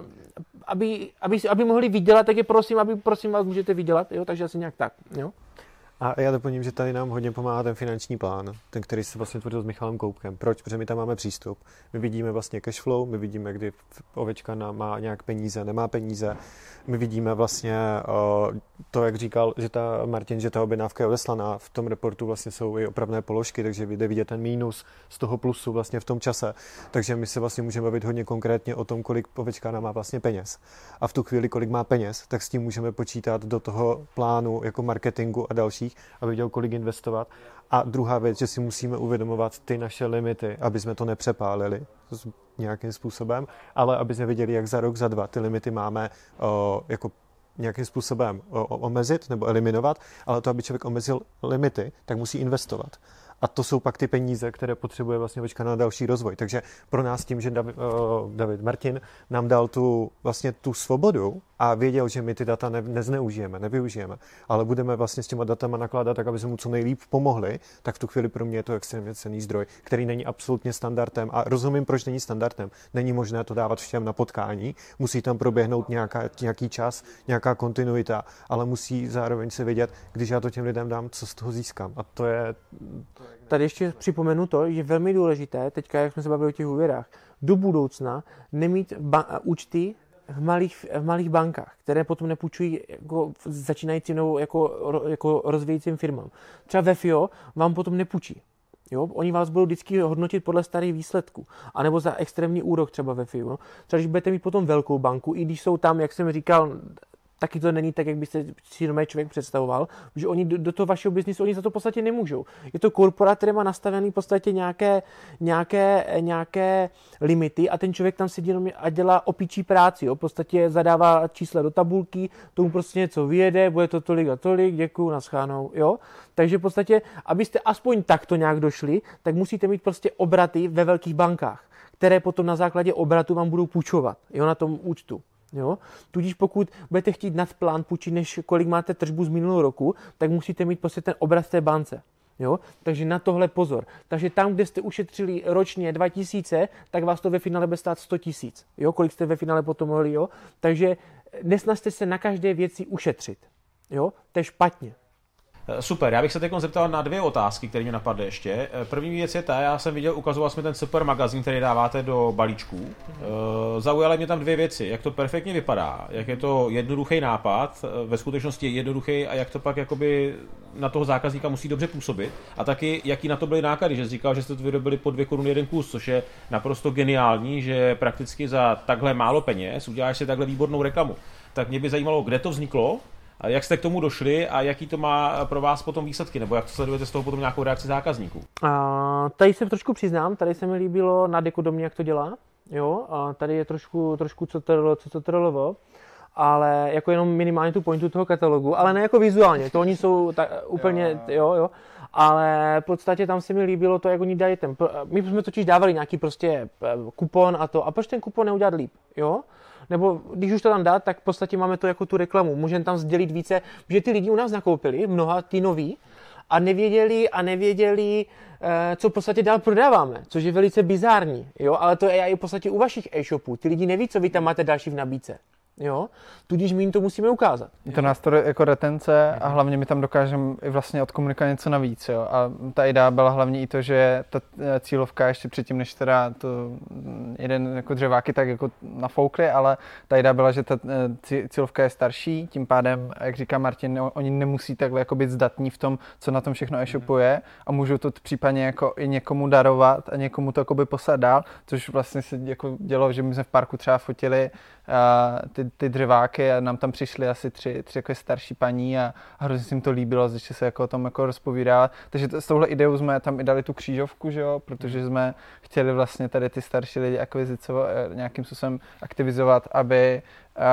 aby, aby, aby mohli vydělat, tak je prosím, aby prosím vás můžete vydělat, jo, takže asi nějak tak, jo. A já doplním, že tady nám hodně pomáhá ten finanční plán, ten, který se vlastně tvořil s Michalem Koupkem. Proč? Protože my tam máme přístup. My vidíme vlastně cash flow, my vidíme, kdy ovečka má nějak peníze, nemá peníze. My vidíme vlastně uh, to, jak říkal, že ta Martin, že ta objednávka je odeslaná. V tom reportu vlastně jsou i opravné položky, takže jde vidět ten mínus z toho plusu vlastně v tom čase. Takže my se vlastně můžeme bavit hodně konkrétně o tom, kolik ovečka má vlastně peněz. A v tu chvíli, kolik má peněz, tak s tím můžeme počítat do toho plánu jako marketingu a dalších, aby věděl, kolik investovat. A druhá věc, že si musíme uvědomovat ty naše limity, aby jsme to nepřepálili nějakým způsobem, ale aby jsme věděli, jak za rok, za dva ty limity máme o, jako nějakým způsobem o, o, omezit nebo eliminovat, ale to, aby člověk omezil limity, tak musí investovat. A to jsou pak ty peníze, které potřebuje vlastně ovečka na další rozvoj. Takže pro nás tím, že David, uh, David Martin nám dal tu, vlastně tu svobodu a věděl, že my ty data ne, nezneužijeme, nevyužijeme, ale budeme vlastně s těma datama nakládat tak, aby jsme mu co nejlíp pomohli, tak v tu chvíli pro mě je to extrémně cenný zdroj, který není absolutně standardem a rozumím, proč není standardem. Není možné to dávat všem na potkání, musí tam proběhnout nějaká, nějaký čas, nějaká kontinuita, ale musí zároveň se vědět, když já to těm lidem dám, co z toho získám. A to je... Tady ještě připomenu to, že je velmi důležité, teďka, jak jsme se bavili o těch úvěrách, do budoucna nemít ba- účty v malých, v malých bankách, které potom nepůjčují jako začínajícím nebo jako, jako rozvíjejícím firmám. Třeba ve F I O vám potom nepůjčí. Jo? Oni vás budou vždycky hodnotit podle starých výsledků. A nebo za extrémní úrok třeba ve F I O. No? Třeba když budete mít potom velkou banku, i když jsou tam, jak jsem říkal, taky to není tak, jak byste si normální člověk představoval, že oni do, do toho vašeho biznisu, oni za to v podstatě nemůžou. Je to korporát, který má nastavený v podstatě nějaké, nějaké, nějaké limity a ten člověk tam sedí jenom a dělá opičí práci, jo? V podstatě zadává čísla do tabulky, tomu prostě něco vyjede, bude to tolik a tolik, děkuju, naschánou, jo. Takže v podstatě, abyste aspoň takto nějak došli, tak musíte mít prostě obraty ve velkých bankách, které potom na základě obratu vám budou půjčovat, jo, na tom účtu. Jo? Tudíž pokud budete chtít nad plán půjčit, než kolik máte tržbu z minulého roku, tak musíte mít prostě ten obrat v té bance. Jo? Takže na tohle pozor. Takže tam, kde jste ušetřili ročně dva tisíce, tak vás to ve finále bude stát sto tisíc. Jo? Kolik jste ve finále potom mohli. Jo? Takže nesnažte se na každé věci ušetřit. Jo? To je špatně. Super, já bych se teď zeptal na dvě otázky, které mě napadly ještě. První věc je ta, já jsem viděl, ukazoval jsme ten super magazín, který dáváte do balíčků. Mm-hmm. Zaujaly mě tam dvě věci, jak to perfektně vypadá, jak je to jednoduchý nápad, ve skutečnosti je jednoduchý a jak to pak jakoby na toho zákazníka musí dobře působit. A taky, jaký na to byly náklady, že jsi říkal, že jste to vyrobili po dvě koruny jeden kus, což je naprosto geniální, že prakticky za takhle málo peněz uděláš si takhle výbornou reklamu. Tak mě by zajímalo, kde to vzniklo, a jak jste k tomu došli a jaký to má pro vás potom výsledky, nebo jak to sledujete z toho potom nějakou reakci zákazníků? A tady se trošku přiznám, tady se mi líbilo na Dekodomě, jak to dělá, jo, a tady je trošku, trošku co trlo, co to trlovo, ale jako jenom minimálně tu pointu toho katalogu, ale ne jako vizuálně, to oni jsou tak úplně, jo, jo, ale v podstatě tam se mi líbilo to, jak oni dají ten, my jsme totiž dávali nějaký prostě kupon a to, a proč ten kupon neudělat líp, jo? Nebo když už to tam dát, tak v podstatě máme to jako tu reklamu. Můžeme tam sdělit více, že ty lidi u nás nakoupili, mnoha ty noví, a nevěděli, a nevěděli, co v podstatě dál prodáváme, což je velice bizární, jo, ale to je i v podstatě u vašich e-shopů. Ty lidi neví, co vy tam máte další v nabídce. Jo, tudíž my jim to musíme ukázat. Je to nástroj jako retence a hlavně my tam dokážeme i vlastně odkomunikovat něco navíc. Jo. A ta idea byla hlavně i to, že ta cílovka ještě předtím, než teda to jeden jako dřeváky tak jako nafoukli, ale ta idea byla, že ta cílovka je starší, tím pádem, jak říká Martin, oni nemusí takhle jako být zdatní v tom, co na tom všechno e-shopu je a můžou to případně jako i někomu darovat a někomu to jako by poslat dál, což vlastně se jako dělo, že my jsme v parku třeba fotili uh, ty, ty dřeváky a nám tam přišly asi tři, tři jako starší paní a, a hrozně se jim to líbilo, začali se jako o tom jako rozpovídat. Takže to, s touhle ideou jsme tam i dali tu křížovku, že jo, protože jsme chtěli vlastně tady ty starší lidi akvizicovat, nějakým způsobem aktivizovat, aby uh,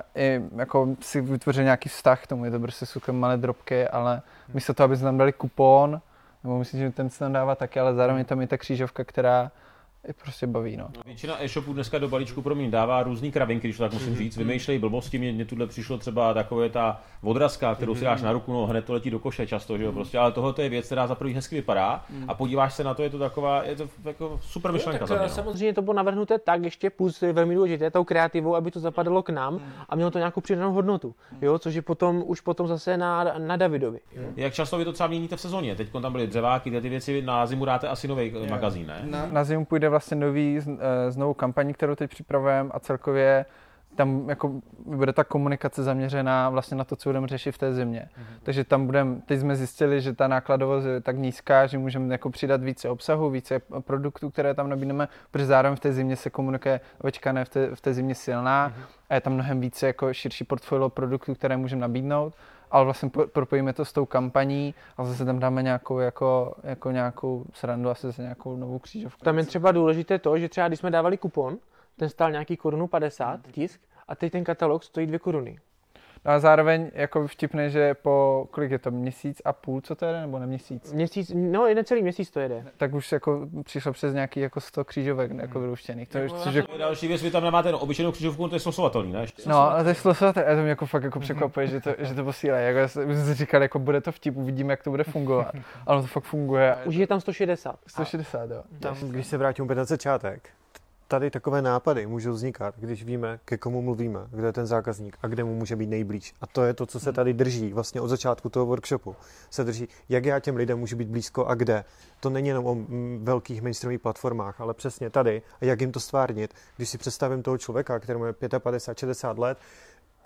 i jako si vytvořili nějaký vztah k tomu, je to prostě jsou malé drobky, ale místo toho, aby jsme tam dali kupon, nebo myslím, že ten se tam dává taky, ale zároveň tam je ta křížovka, která je prostě baví, no. Většina e-shopů dneska do balíčku pro mě dává různý kravinky, když to tak musím říct, vymýšlejí blbosti, mě, mě tuhle přišlo třeba takové ta odrazka, kterou si dáš na ruku, no hned to letí do koše často, že jo, prostě, ale tohle je věc, která za první hezky vypadá a podíváš se na to, je to taková, je to jako super myšlenka za mě, no. Samozřejmě to bylo navrhnuté tak ještě, plus je velmi důležité tou kreativou, aby to zapadalo k nám a mělo to nějakou přidanou hodnotu, jo, což je potom už potom zase na, na Davidovi. Jak často vy to třeba měníte v sezóně? Teď tam byly dřeváky, ty věci, na zimu dáte asi nový magazín, ne? Na, na zimu půjde vlastně nový s, s novou kampaní, kterou teď připravujeme a celkově tam jako bude ta komunikace zaměřená vlastně na to, co budeme řešit v té zimě. Mm-hmm. Takže tam budeme, teď jsme zjistili, že ta nákladovost je tak nízká, že můžeme jako přidat více obsahu, více produktů, které tam nabídneme, protože zároveň v té zimě se komunikuje, ovečka ne v té, v té zimě silná mm-hmm. a je tam mnohem více jako širší portfolio produktů, které můžeme nabídnout. Ale vlastně propojíme to s tou kampaní a zase tam dáme nějakou, jako, jako nějakou srandu a zase nějakou novou křížovku. Tam je třeba důležité to, že třeba když jsme dávali kupon, ten stál nějaký korunu padesát tisk a teď ten katalog stojí dvě koruny. No a zároveň jako vtipné, že po kolik je to, měsíc a půl, co to jede, nebo na měsíc? Měsíc, no jeden celý měsíc to jede. Tak už jako přišlo přes nějaký jako sto křížovek jako vyluštěných. To je, což jako... Další věc, vy tam nemáte no, obyčejnou křížovku, to je slosovatelný, ne? No, ale to je slosovatelný, a to mě jako fakt jako překvapuje, že to, že to posílají. Jako, my jsme si říkali, jako bude to vtip, uvidíme, jak to bude fungovat. Ale to fakt funguje. Už je tam sto šedesát. sto šedesát, jo. Tam, když se vrátím opět na začátek, tady takové nápady můžou vznikat, když víme, ke komu mluvíme, kde je ten zákazník a kde mu může být nejblíž. A to je to, co se tady drží vlastně od začátku toho workshopu. Se drží, jak já těm lidem můžu být blízko a kde. To není jenom o velkých mainstreamových platformách, ale přesně tady a jak jim to stvárnit. Když si představím toho člověka, kterému je padesát šedesát let,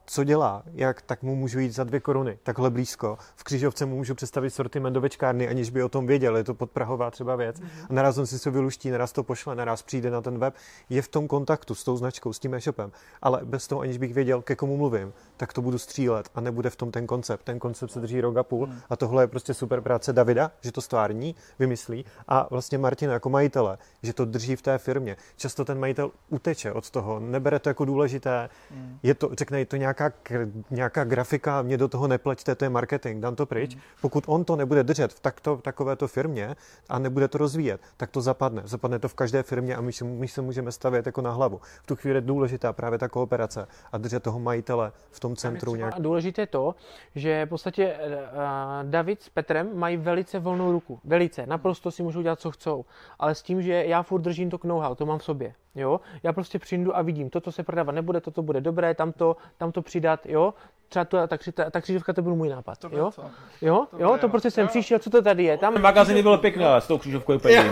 co dělá, jak, tak mu můžu jít za dvě koruny, takhle blízko. V Křižovce mu můžu představit sortiment do večkárny, aniž by o tom věděl, je to podprahová třeba věc. A naraz on si to vyluští, naraz to pošle, naraz přijde na ten web, je v tom kontaktu s tou značkou, s tím e-shopem, ale bez toho, aniž bych věděl, ke komu mluvím, tak to budu střílet a nebude v tom ten koncept. Ten koncept se drží rok a půl a tohle je prostě super práce Davida, že to stvární, vymyslí a vlastně Martina jako majitele, že to drží v té firmě. Často ten majitel uteče od toho, nebere to jako důležité, je to, řekne, je to nějaká, nějaká grafika, mě do toho nepleťte, to je marketing, dám to pryč. Pokud on to nebude držet v takto, takovéto firmě a nebude to rozvíjet, tak to zapadne. Zapadne to v každé firmě a my, my se můžeme stavět jako na hlavu. V tu chvíli je důležitá právě ta kooperace a držet toho majitele v tom centru. Nějak... A důležité je to, že v podstatě uh, David s Petrem mají velice volnou ruku. Velice. Naprosto si můžou dělat, co chcou. Ale s tím, že já furt držím to know-how, to mám v sobě. Jo? Já prostě přijdu a vidím, toto se prodávat nebude, toto bude dobré, tamto, tamto přidat, jo? Třeba to, ta, ta, ta křižovka, to byl můj nápad, to jo? Jo, to, jo, to prostě jsem přišel, co to tady je, tam... Magazíny bylo pěkné, ale s tou křižovkou je úplně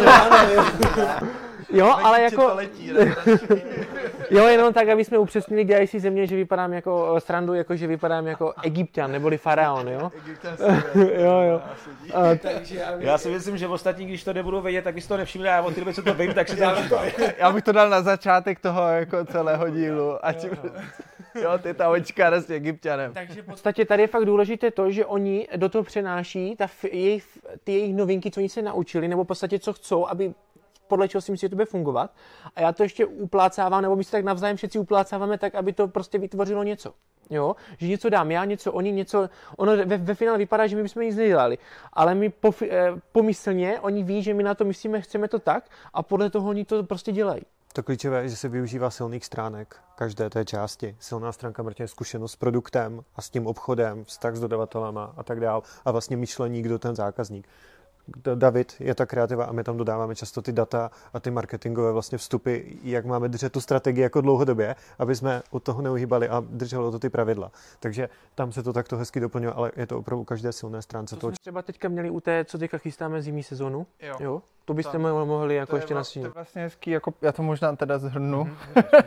Jo, ale jako... Jo, jenom tak, aby jsme upřesnili, dělají si ze mě, že vypadám jako srandu, jako že vypadám jako Egypťan, neboli faraon, jo? Jo, jo. A, takže, aby... Já si myslím, že ostatní, když to nebudou vědět, tak bys to nevšimli, a od té doby, co to vím, tak si to nevšiml. Já bych to dal na začátek toho jako celého dílu, ať jo, ty ta očka s Egypťanem. Takže v podstatě tady je fakt důležité to, že oni do toho přenáší ta, jejich, ty jejich novinky, co oni se naučili, nebo v podstatě co chcou, aby podle čeho si myslí, že to bude fungovat. A já to ještě uplácávám, nebo my si tak navzájem všetci uplácáváme tak, aby to prostě vytvořilo něco. Jo? Že něco dám já, něco oni, něco... Ono ve, ve finále vypadá, že my bychom nic nedělali. Ale my po, eh, pomyslně, oni ví, že my na to myslíme, chceme to tak a podle toho oni to prostě dělají. To klíčové je, že se využívá silných stránek každé té části. Silná stránka Martina je zkušenost s produktem a s tím obchodem, vztah s dodavatelama a tak dál. A vlastně myšlení, kdo ten zákazník. David je ta kreativa a my tam dodáváme často ty data a ty marketingové vlastně vstupy, jak máme držet tu strategii jako dlouhodobě, aby jsme od toho neuhýbali a drželo to ty pravidla. Takže tam se to takto hezky doplňuje, ale je to opravdu každé silné stránce. To toho. jsme třeba teďka měli u té, co teďka chystáme zimní sezonu. Jo. jo? To byste tam, mohli jako to ještě vla, nastínit. To je vlastně hezký, jako já to možná teda zhrnu, mm-hmm.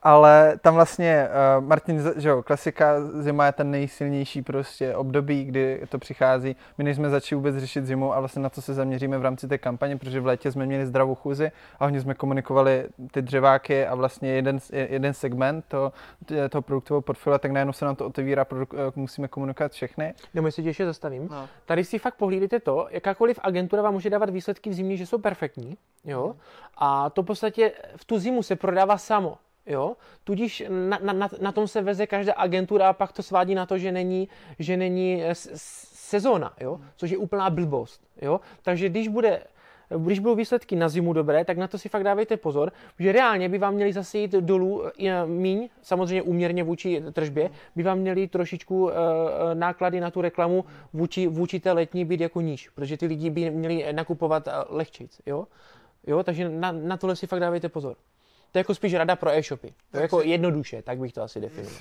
ale tam vlastně, uh, Martin, že jo, klasika, zima je ten nejsilnější prostě období, kdy to přichází. My nejsme začali vůbec řešit zimu a vlastně na to se zaměříme v rámci té kampaně, protože v létě jsme měli zdravou chůzi a hodně jsme komunikovali ty dřeváky a vlastně jeden, jeden segment toho, toho produktového portfolia, tak najednou se nám to otevírá, produk, musíme komunikovat všechny. Nebo si tě ještě zastavím. No. Tady si fakt pohlídejte to, jakákoliv agentura vám může dávat výsledky v zimě, že jsou perfektní, jo, a to v podstatě v tu zimu se prodává samo, jo, tudíž na, na, na tom se veze každá agentura a pak to svádí na to, že není, že není sezóna, jo, což je úplná blbost, jo, takže když bude Když budou výsledky na zimu dobré, tak na to si fakt dávejte pozor, že reálně by vám měli zase jít dolů míň, samozřejmě úměrně vůči tržbě, by vám měli trošičku náklady na tu reklamu vůči, vůči té letní být jako níž, protože ty lidi by měli nakupovat lehčejc, jo? Jo, takže na, na tohle si fakt dávejte pozor. To je jako spíš rada pro e-shopy. To je jako jednoduše, tak bych to asi definoval.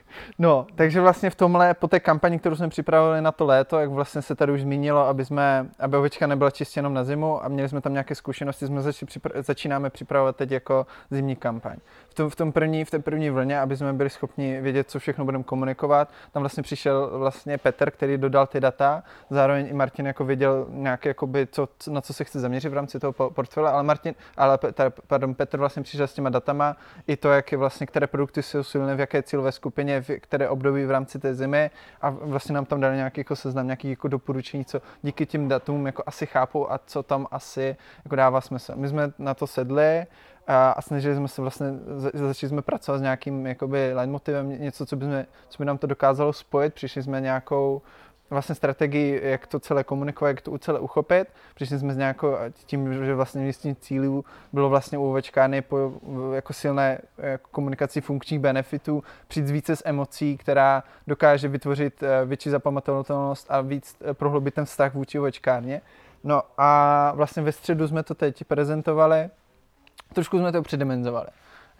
No, takže vlastně v tomhle, po té kampani, kterou jsme připravili na to léto, jak vlastně se tady už zmínilo, aby jsme, aby ovečka nebyla čistě jenom na zimu a měli jsme tam nějaké zkušenosti, jsme začali, připra- začínáme připravovat teď jako zimní kampaň. V tom, v tom první, v té první vlně, aby jsme byli schopni vědět, co všechno budeme komunikovat, tam vlastně přišel vlastně Petr, který dodal ty data, zároveň i Martin jako věděl nějaké, jakoby, co, na co se chce zaměřit v rámci toho portfolia, ale Martin, ale pardon, Petr vlastně přišel s těma datama, i to, jak je vlastně, které produkty jsou silné, v jaké cílové skupině, v které období v rámci té zimy a vlastně nám tam dali nějaký jako seznam, nějaký jako doporučení, co díky těm datům jako asi chápou a co tam asi jako dává smysl. My jsme na to sedli a, a snažili jsme se vlastně, začali jsme pracovat s nějakým jakoby leitmotivem, něco, co by, jsme, co by nám to dokázalo spojit, přišli jsme nějakou vlastně strategii, jak to celé komunikovat, jak to celé uchopit. Přišli jsme s nějakou tím, že vlastně listin cílů bylo vlastně u ovečkárny po jako silné jako komunikaci funkčních benefitů, přijít více s emocí, která dokáže vytvořit větší zapamatovatelnost a víc prohloubit ten vztah vůči ovečkárně. No a vlastně ve středu jsme to teď prezentovali, trošku jsme to předimenzovali.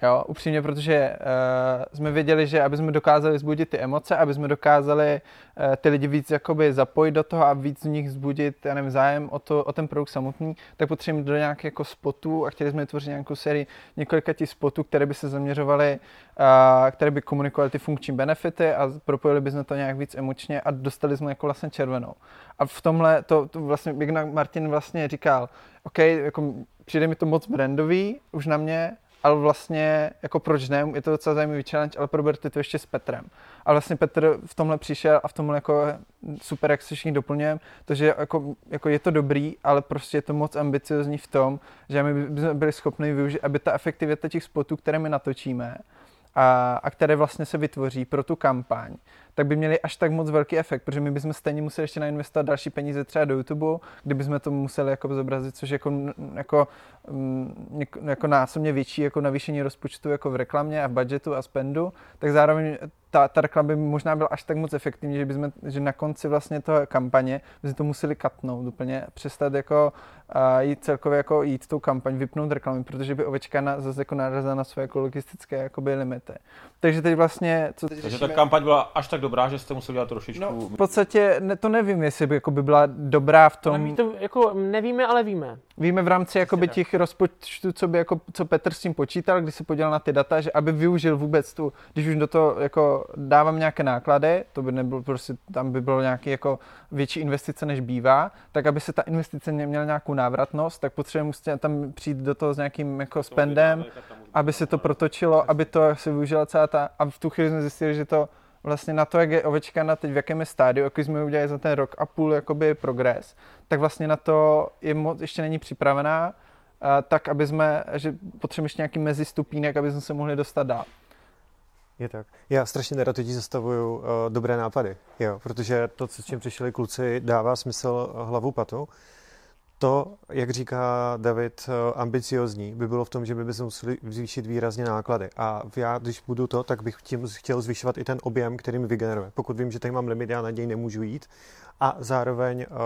Jo, upřímně, protože uh, jsme věděli, že aby jsme dokázali vzbudit ty emoce, aby jsme dokázali uh, ty lidi víc jakoby zapojit do toho a víc z nich vzbudit, já nevím, zájem o, to, o ten produkt samotný, tak potřebujeme do nějakých jako spotů a chtěli jsme vytvořit nějakou sérii několika těch spotů, které by se zaměřovaly, uh, které by komunikovaly ty funkční benefity a propojili by jsme to nějak víc emočně a dostali jsme jako vlastně červenou. A v tomhle to, to vlastně, jak Martin vlastně říkal, OK, jako přijde mi to moc brandový už na mě, ale vlastně, jako proč ne, je to docela zajímavý challenge, ale proberte to ještě s Petrem. A vlastně Petr v tomhle přišel a v tomhle jako super, jak se všichni doplňujeme, to, že jako, jako je to dobrý, ale prostě je to moc ambiciozní v tom, že my bychom byli schopni využít, aby ta efektivita těch spotů, které my natočíme a, a které vlastně se vytvoří pro tu kampaň, tak by měli až tak moc velký efekt, protože my bychom stejně museli ještě nainvestovat další peníze třeba do YouTube, kdybychom to museli jako zobrazit, což jako, jako, jako násobně větší jako navýšení rozpočtu jako v reklamě a v budgetu a spendu, tak zároveň ta, ta reklama by možná byla až tak moc efektivní, že bychom, že na konci vlastně toho kampaně bychom to museli katnout úplně, přestat jako uh, jít celkově jako jít tou kampaň, vypnout reklamy, protože by ovečka na, zase jako narazila na své jako logistické jakoby limity. Takže teď vlastně, co teď Takže řešíme, ta kampaň byla až tak dobrá, že jste museli dělat trošičku... No, v podstatě ne, to nevím, jestli by, jako by byla dobrá v tom... Ale my to jako nevíme, ale víme. Víme v rámci jakoby těch rozpočtů, co by jako, co Petr s tím počítal, když se podíval na ty data, že aby využil vůbec tu, když už do toho jako dávám nějaké náklady, to by nebylo prostě, tam by bylo nějaký jako větší investice, než bývá, tak aby se ta investice měla nějakou návratnost, tak potřebujeme tam přijít do toho s nějakým jako spendem, aby se to protočilo, aby to se využila celá ta, a v tu chvíli jsme zjistili, že to vlastně na to, jak je ovečka na teď v jakém je stádiu, jak jsme udělali za ten rok a půl jakoby progres, tak vlastně na to je moc, ještě není připravená, uh, tak aby jsme, že potřebujeme ještě nějaký mezistupínek, aby jsme se mohli dostat dál. Je tak. Já strašně nerad totiž zastavuju uh, dobré nápady, jo, protože to, s čím přišli kluci, dává smysl hlavu patu. To, jak říká David, ambiciozní, by bylo v tom, že by bychom museli zvýšit výrazně náklady. A já, když budu to, tak bych tím chtěl zvyšovat i ten objem, který mi vygeneruje. Pokud vím, že tady mám limit, já na něj nemůžu jít. A zároveň uh,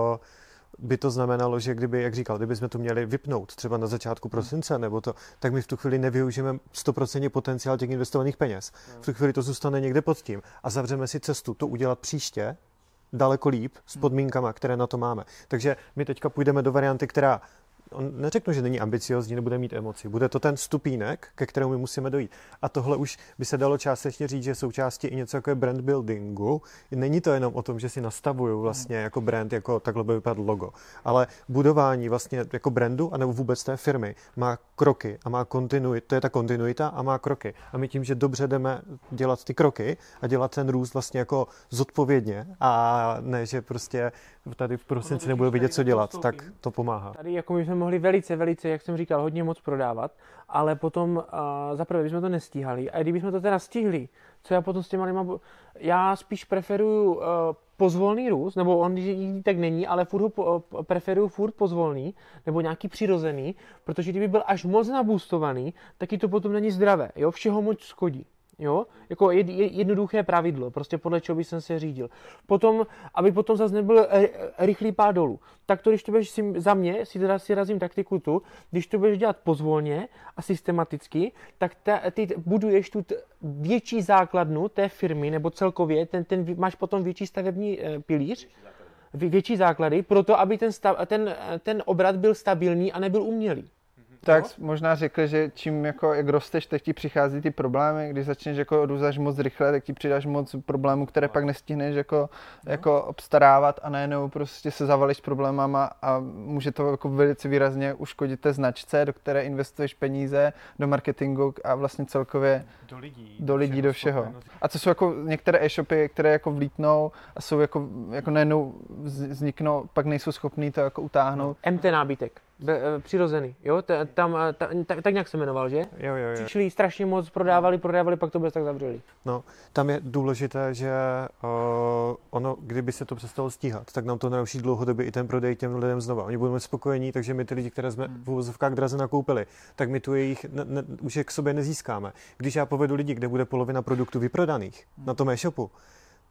by to znamenalo, že kdyby, jak říkal, kdyby jsme to měli vypnout třeba na začátku prosince, nebo to, tak my v tu chvíli nevyužijeme sto procent potenciál těch investovaných peněz. V tu chvíli to zůstane někde pod tím a zavřeme si cestu to udělat příště, daleko líp s podmínkama, které na to máme. Takže my teďka půjdeme do varianty, která, on neřeknu, že není ambiciozní, nebude mít emoci. Bude to ten stupínek, ke kterému my musíme dojít. A tohle už by se dalo částečně říct, že součástí i něco jako je brand buildingu. Není to jenom o tom, že si nastavuju vlastně jako brand, jako takhle by vypadat logo. Ale budování vlastně jako brandu, anebo vůbec té firmy, má kroky a má kontinuitu, to je ta kontinuita a má kroky. A my tím, že dobře jdeme dělat ty kroky a dělat ten růst vlastně jako zodpovědně a ne, že prostě tady v prosinci nebudu vidět, co dělat, tak to pomáhá. Tady jako my jsme mohli velice, velice, jak jsem říkal, hodně moc prodávat, ale potom uh, zaprvé bychom to nestíhali. A kdybychom to teda stihli, co já potom s těma lidma... Já spíš preferuju uh, pozvolný růst, nebo on nikdy tak není, ale furt ho po, preferuju furt pozvolný, nebo nějaký přirozený, protože kdyby byl až moc naboostovaný, taky to potom není zdravé, jo, všeho moc škodí. Jo, jako jed, jednoduché pravidlo, prostě podle čeho bych jsem se řídil. Potom, aby potom zase nebyl rychlý pád dolů. Tak to, když to budeš si, za mě, si teda si razím taktiku tu, když to budeš dělat pozvolně a systematicky, tak ta, ty buduješ tu t, větší základnu té firmy, nebo celkově, ten, ten, máš potom větší stavební e, pilíř, větší základy, proto aby ten, stav, ten, ten obrat byl stabilní a nebyl umělý. Tak no? Možná řekl, že čím jako, jak rosteš, tak ti přichází ty problémy, když začneš jako růzaš moc rychle, tak ti přidáš moc problémů, které no. pak nestihneš jako, no. jako obstarávat a najednou prostě se zavalíš problémama a může to jako velice výrazně uškodit té značce, do které investuješ peníze, do marketingu a vlastně celkově do lidí, do, lidí, do všeho. A co jsou jako některé e-shopy, které jako vlítnou a jsou jako, jako najednou vzniknou, pak nejsou schopní to jako utáhnout. M T nábytek. Přirozený, jo, tam, ta, tak, tak nějak se jmenoval, že? Jo, jo, jo. Přišli strašně moc, prodávali, prodávali, pak to bez tak zavřeli. No, tam je důležité, že uh, ono, kdyby se to přestalo stíhat, tak nám to naruší dlouhodobě i ten prodej těm lidem znova. Oni budou mít spokojení, takže my ty lidi, které jsme v uvozovkách draze nakoupili, tak my tu jejich ne, ne, už je k sobě nezískáme. Když já povedu lidi, kde bude polovina produktů vyprodaných na tom e-shopu,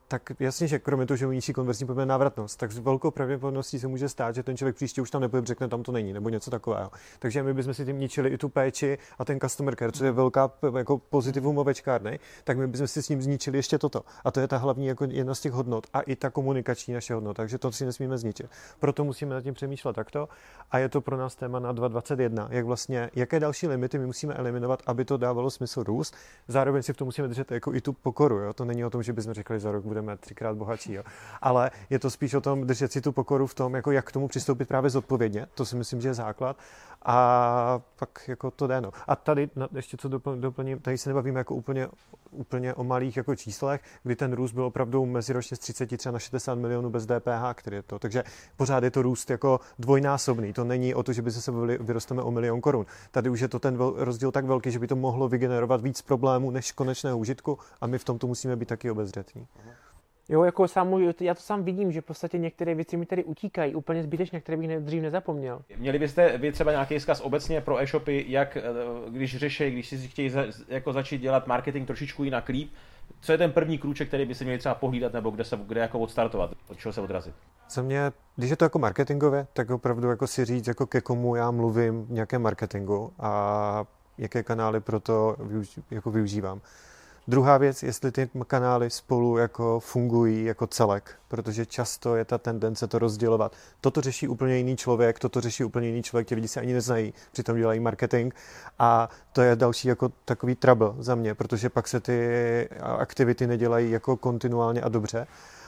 tak jasně, že kromě toho, že mu ničí konverzní návratnost, tak s velkou pravděpodobností se může stát, že ten člověk příště už tam nebude, řekne, tam to není, nebo něco takového. Takže my bychom si tím ničili i tu péči a ten customer care, co je velká jako pozitivum ovečkárny, tak my bychom si s ním zničili ještě toto. A to je ta hlavní jako jedna z těch hodnot a i ta komunikační naše hodnota, takže to si nesmíme zničit. Proto musíme nad tím přemýšlet takto a je to pro nás téma na dvacet dvacet jedna, jak vlastně, jaké další limity my musíme eliminovat, aby to dávalo smysl růst. Zároveň si v tom musíme držet jako i tu pokoru, jo? To není o tom, že bychom řekli, za rok budeme třikrát bohatší, jo? Ale je to spíš o tom držet si tu pokoru v tom, jako jak k tomu přistoupit právě zodpovědně. To si myslím, že je základ. A pak jako to jde, no. A tady ještě co doplním, tady se nebavíme jako úplně, úplně o malých jako číslech, kdy ten růst byl opravdu meziročně z třicet třeba na šedesát milionů bez D P H, který je to. Takže pořád je to růst jako dvojnásobný. To není o to, že by se vyrosteme o milion korun. Tady už je to ten rozdíl tak velký, že by to mohlo vygenerovat víc problémů než konečného užitku a my v tomto musíme být taky obezřetní. Jo, jako sám, já to sám vidím, že v podstatě některé věci mi tady utíkají úplně zbytečně, které bych dřív nezapomněl. Měli byste vy třeba nějaký vzkaz obecně pro e-shopy, jak když řeší, když si chtějí za, jako začít dělat marketing trošičku jinak líp, co je ten první krůček, který by se měli třeba pohlídat nebo kde se kde jako odstartovat, od čeho se odrazit? Za mě, když je to jako marketingové, tak opravdu jako si říct, jako ke komu já mluvím v nějakém marketingu a jaké kanály pro to využ, jako využívám. Druhá věc, jestli ty kanály spolu jako fungují jako celek, protože často je ta tendence to rozdělovat. Toto řeší úplně jiný člověk, toto řeší úplně jiný člověk, ti lidi se ani neznají, přitom dělají marketing a to je další jako takový trouble za mě, protože pak se ty aktivity nedělají jako kontinuálně a dobře.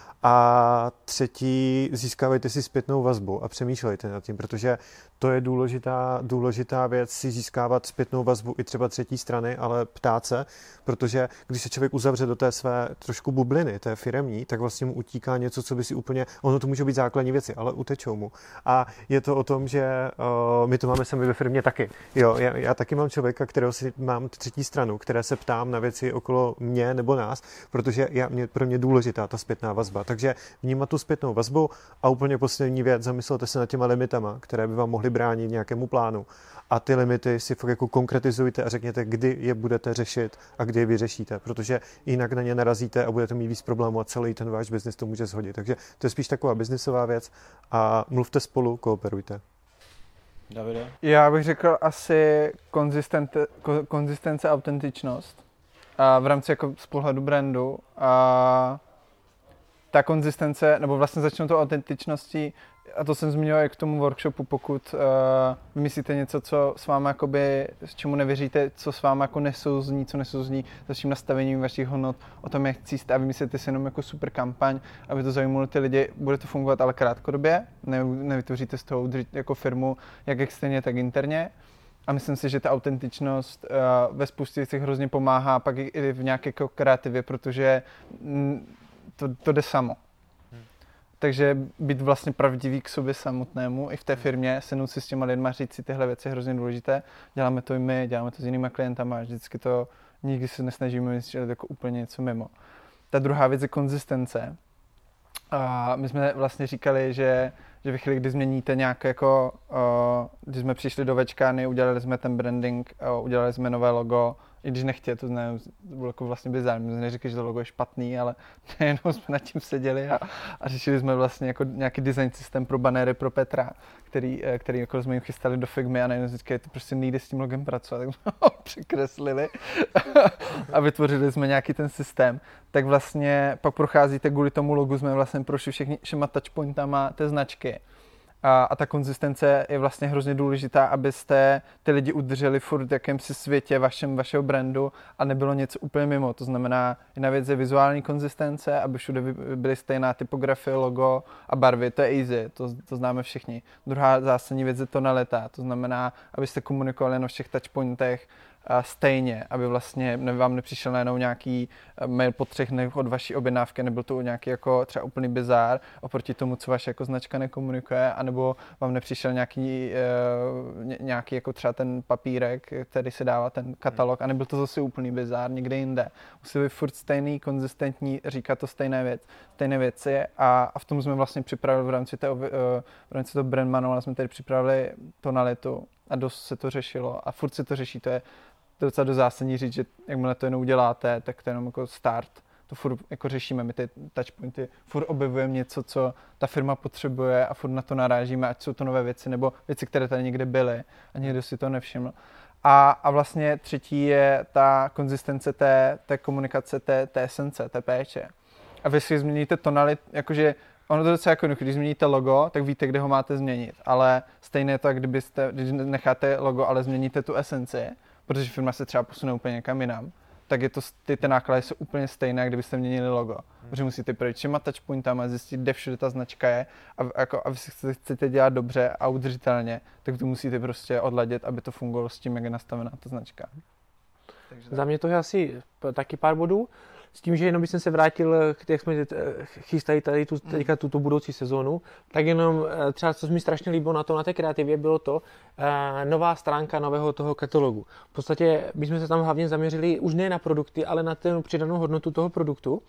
A třetí, získávejte si zpětnou vazbu a přemýšlejte nad tím, protože to je důležitá, důležitá věc si získávat zpětnou vazbu i třeba třetí strany, ale ptát se, protože když se člověk uzavře do té své trošku bubliny, té firemní, tak vlastně mu utíká něco, co by si úplně, ono to může být základní věci, ale utečou mu. A je to o tom, že uh, my to máme sami ve firmě taky. Jo, já, já taky mám člověka, kterého si mám třetí stranu, které se ptám na věci okolo mě nebo nás, protože je mě, pro mě důležitá ta zpětná vazba. Takže vnímat tu zpětnou vazbu a úplně poslední věc, zamyslete se nad těma limitama, které by vám mohly bránit nějakému plánu. A ty limity si fakt jako konkretizujte a řekněte, kdy je budete řešit a kdy je vyřešíte, protože jinak na ně narazíte a budete mít víc problémů a celý ten váš biznis to může shodit. Takže to je spíš taková biznisová věc a mluvte spolu, kooperujte. Davide? Já bych řekl asi konzistence a autentičnost a v rámci jako z pohledu brandu a ta konzistence, nebo vlastně začnu tou autentičností, a to jsem zmiňoval i k tomu workshopu, pokud uh, vymyslíte něco, co s vámi jakoby, s čemu nevěříte, co s vámi jako nesouzní, co nesouzní s vaším nastavením vašich hodnot, o tom, jak chcíte a vymyslíte si jenom jako super kampaň, aby to zajímalo ty lidi, bude to fungovat ale krátkodobě, ne, nevytvoříte z toho jako firmu, jak externě, tak interně. A myslím si, že ta autentičnost uh, ve spoustě věcech hrozně pomáhá pak i, i v nějaké jako kreativě, protože mm, to, to jde samo. Takže být vlastně pravdivý k sobě samotnému i v té firmě, sednout si s těma lidma, říct si tyhle věci je hrozně důležité. Děláme to i my, děláme to s jinýma klientama, vždycky to, nikdy se nesnažíme myslet jako úplně něco mimo. Ta druhá věc je konzistence. A my jsme vlastně říkali, že, že ve chvíli, kdy změníte nějak jako, uh, když jsme přišli do Večkárny, udělali jsme ten branding, uh, udělali jsme nové logo, i když nechtěl, to znamená, to bylo jako vlastně bizarní, my jsme neřekli, že to logo je špatný, ale nejenom jsme nad tím seděli a, a řešili jsme vlastně jako nějaký design systém pro banéry pro Petra, který, který jako jsme jim chystali do Figmy a najednou říkali, to prostě nejde s tím logem pracovat, tak jsme ho překreslili a vytvořili jsme nějaký ten systém. Tak vlastně pak procházíte kvůli tomu logu, jsme vlastně prošli všechny, všema touchpointama té značky. A, a ta konzistence je vlastně hrozně důležitá, abyste ty lidi udrželi furt v jakémsi světě vašem, vašeho brandu a nebylo něco úplně mimo. To znamená, jedna věc je vizuální konzistence, aby všude byly stejná typografie, logo a barvy. To je easy, to, to známe všichni. Druhá zásadní věc je tonalita, to znamená, abyste komunikovali na všech touchpointech stejně, aby vlastně vám nepřišel najednou nějaký mail po třech dnech od vaší objednávky, nebyl to nějaký jako třeba úplný bizár oproti tomu, co vaše jako značka nekomunikuje, anebo vám nepřišel nějaký, nějaký jako třeba ten papírek, který se dává ten katalog, a nebyl to zase úplný bizár někde jinde. Musí být furt stejný, konzistentní, říkat to stejné věc, stejné věci a, a v tom jsme vlastně připravili v rámci toho, v rámci toho brand manuala jsme tady připravili tonalitu a dost se to řešilo a furt se to řeší, to je docela do zásadní říct, že jakmile to jenom uděláte, tak to je jenom jako start to furt jako řešíme, my ty touchpointy furt objevujeme něco, co ta firma potřebuje a furt na to narážíme, ať jsou to nové věci nebo věci, které tady někde byly a někdo si to nevšiml. A, a vlastně třetí je ta konzistence té, té komunikace, té, té esence, té péče. A vy si změníte tonalit, jakože ono to je docela jako, když změníte logo, tak víte, kde ho máte změnit, ale stejně je to, kdybyste, když necháte logo, ale změníte tu esenci, protože firma se třeba posune úplně někam jinam, tak je to, ty, ty náklady jsou úplně stejné, kdybyste měnili logo. Hmm. Protože musíte projít všema touchpointama, zjistit, kde všude ta značka je a, jako, a vy si chcete, chcete dělat dobře a udržitelně, tak to musíte prostě odladit, aby to fungovalo s tím, jak je nastavená ta značka. Takže za mě to je asi taky pár bodů. S tím, že jenom bych se vrátil, jak jsme chystali tady tu, teďka tuto budoucí sezónu, tak jenom třeba, co mi strašně líbilo na to, na té kreativě, bylo to eh, nová stránka nového toho katalogu. V podstatě my jsme se tam hlavně zaměřili už ne na produkty, ale na tu přidanou hodnotu toho produktu.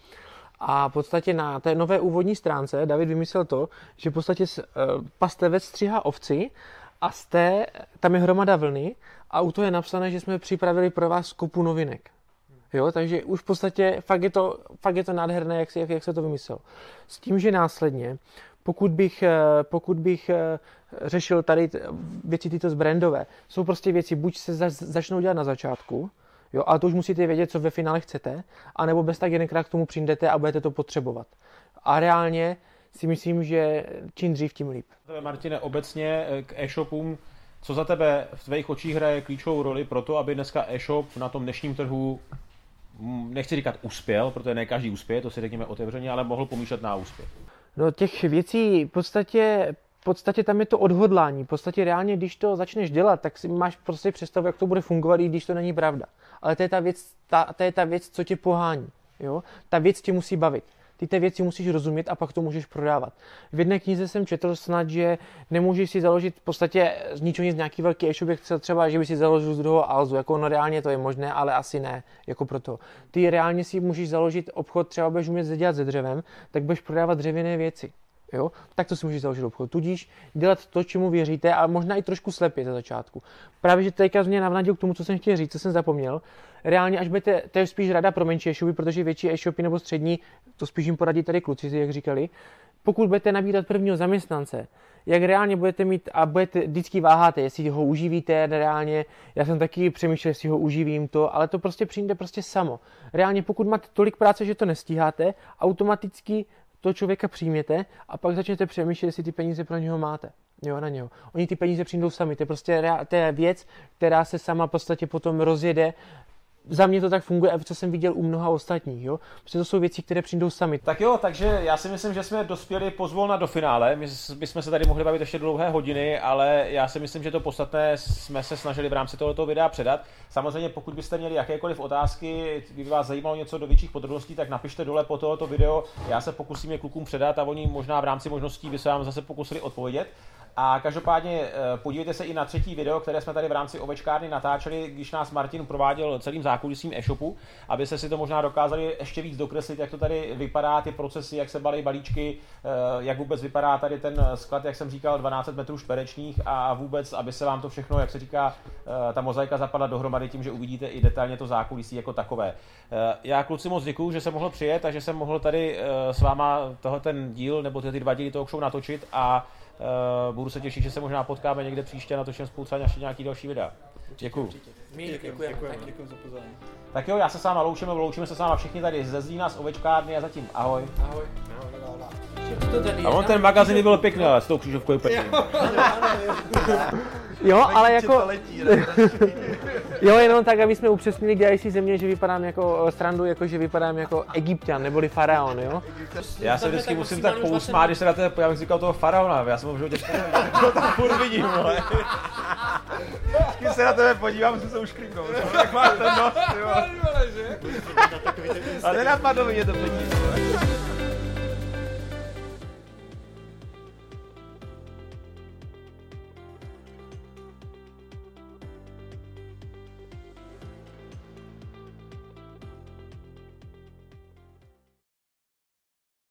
A v podstatě na té nové úvodní stránce David vymyslel to, že v podstatě eh, pastevec stříhá ovci a z té, tam je hromada vlny a u toho je napsané, že jsme připravili pro vás kopu novinek. Jo, takže už v podstatě fakt je to, fakt je to nádherné, jak, jak, jak se to vymyslel. S tím, že následně, pokud bych, pokud bych řešil tady věci tyto zbrandové, jsou prostě věci, buď se zač, začnou dělat na začátku, jo, ale to už musíte vědět, co ve finále chcete, anebo bez tak jedenkrát k tomu přijdete a budete to potřebovat. A reálně si myslím, že čím dřív, tím líp. Martine, obecně k e-shopům, co za tebe v tvých očích hraje klíčovou roli pro to, aby dneska e-shop na tom dnešním trhu, nechci říkat uspěl, protože ne každý uspěje, to si řekněme otevřeně, ale mohl pomýšlet na úspěch? No těch věcí v podstatě, v podstatě tam je to odhodlání. V podstatě reálně, když to začneš dělat, tak si máš prostě představu, jak to bude fungovat, i když to není pravda. Ale to je ta věc, ta, to je ta věc, co tě pohání. Jo? Ta věc tě musí bavit. Ty té věci musíš rozumět a pak to můžeš prodávat. V jedné knize jsem četl snad, že nemůžeš si založit v podstatě z ničeho nic nějaký velký e-shop, jak třeba, že by si založil z druhého Alzu. Jako no reálně to je možné, ale asi ne, jako proto. Ty reálně si můžeš založit obchod, třeba budeš umět dělat se dřevem, tak budeš prodávat dřevěné věci. Jo? Tak to si můžeš založit obchod. Tudíž dělat to, čemu věříte a možná i trošku slepě za začátku. Právě, že teďka mě navnadil k tomu, co jsem chtěl říct, co jsem zapomněl. Reálně, až budete, to je spíš rada pro menší e-shopy, protože větší e-shopy nebo střední, to spíš jim poradí tady kluci, jak říkali. Pokud budete nabírat prvního zaměstnance, jak reálně budete mít a budete vždycky váháte, jestli ho uživíte reálně, já jsem taky přemýšlel, jestli ho uživím to, ale to prostě přijde prostě samo. Reálně, pokud máte tolik práce, že to nestíháte, automaticky toho člověka přijměte a pak začnete přemýšlet, jestli ty peníze pro něho máte. Jo, na něho. Oni ty peníze přijdou sami. To je prostě to je věc, která se sama v podstatě potom rozjede. Za mě to tak funguje, a co jsem viděl u mnoha ostatních, jo. Protože to jsou věci, které přijdou sami. Tak jo, takže já si myslím, že jsme dospěli pozvolna do finále. My bychom se tady mohli bavit ještě dlouhé hodiny, ale já si myslím, že to podstatné jsme se snažili v rámci tohoto videa předat. Samozřejmě, pokud byste měli jakékoliv otázky, kdyby vás zajímalo něco do větších podrobností, tak napište dole po tohoto video. Já se pokusím je klukům předat a oni možná v rámci možností by se vám zase pokusili odpovědět. A každopádně podívejte se i na třetí video, které jsme tady v rámci ovečkárny natáčeli, když nás Martin prováděl celým zákulisím e-shopu, aby se si to možná dokázali ještě víc dokreslit, jak to tady vypadá, ty procesy, jak se balí balíčky, jak vůbec vypadá tady ten sklad, jak jsem říkal, dvanáct set metrů čtverečních a vůbec, aby se vám to všechno, jak se říká, ta mozaika zapadla dohromady tím, že uvidíte i detailně to zákulisí jako takové. Já kluci moc děkuju, že jsem mohl přijet a že jsem mohl tady s váma tohle ten díl nebo ty dva díly toho show natočit a Uh, budu se těšit, že se možná potkáme někde příště a natočím spolu ještě nějaký další videa. Děkuju. My děkujeme. Děkujeme za pozornost. Tak jo, já se s váma loučím, loučíme se s váma všichni tady ze Zlína, z ovečkárny a zatím ahoj. Ahoj. A on ten magazín byl pěkný, ale s tou křížovkou pěkný. Jo, ale jako... Jo, jenom tak, aby jsme upřesnili, dělají si ze mě, že vypadám jako srandu, jako že vypadám jako Egypťan, neboli faraon, jo? Já se vždycky musím tak pousmát, když se na to, já bych říkal toho faraona, já jsem ho v životě to tam furt vidím, ale... Když se na tebe podívám, musím se už kliknout, tak máš ten nos, jo. Ale nenapadlo mě to předtím.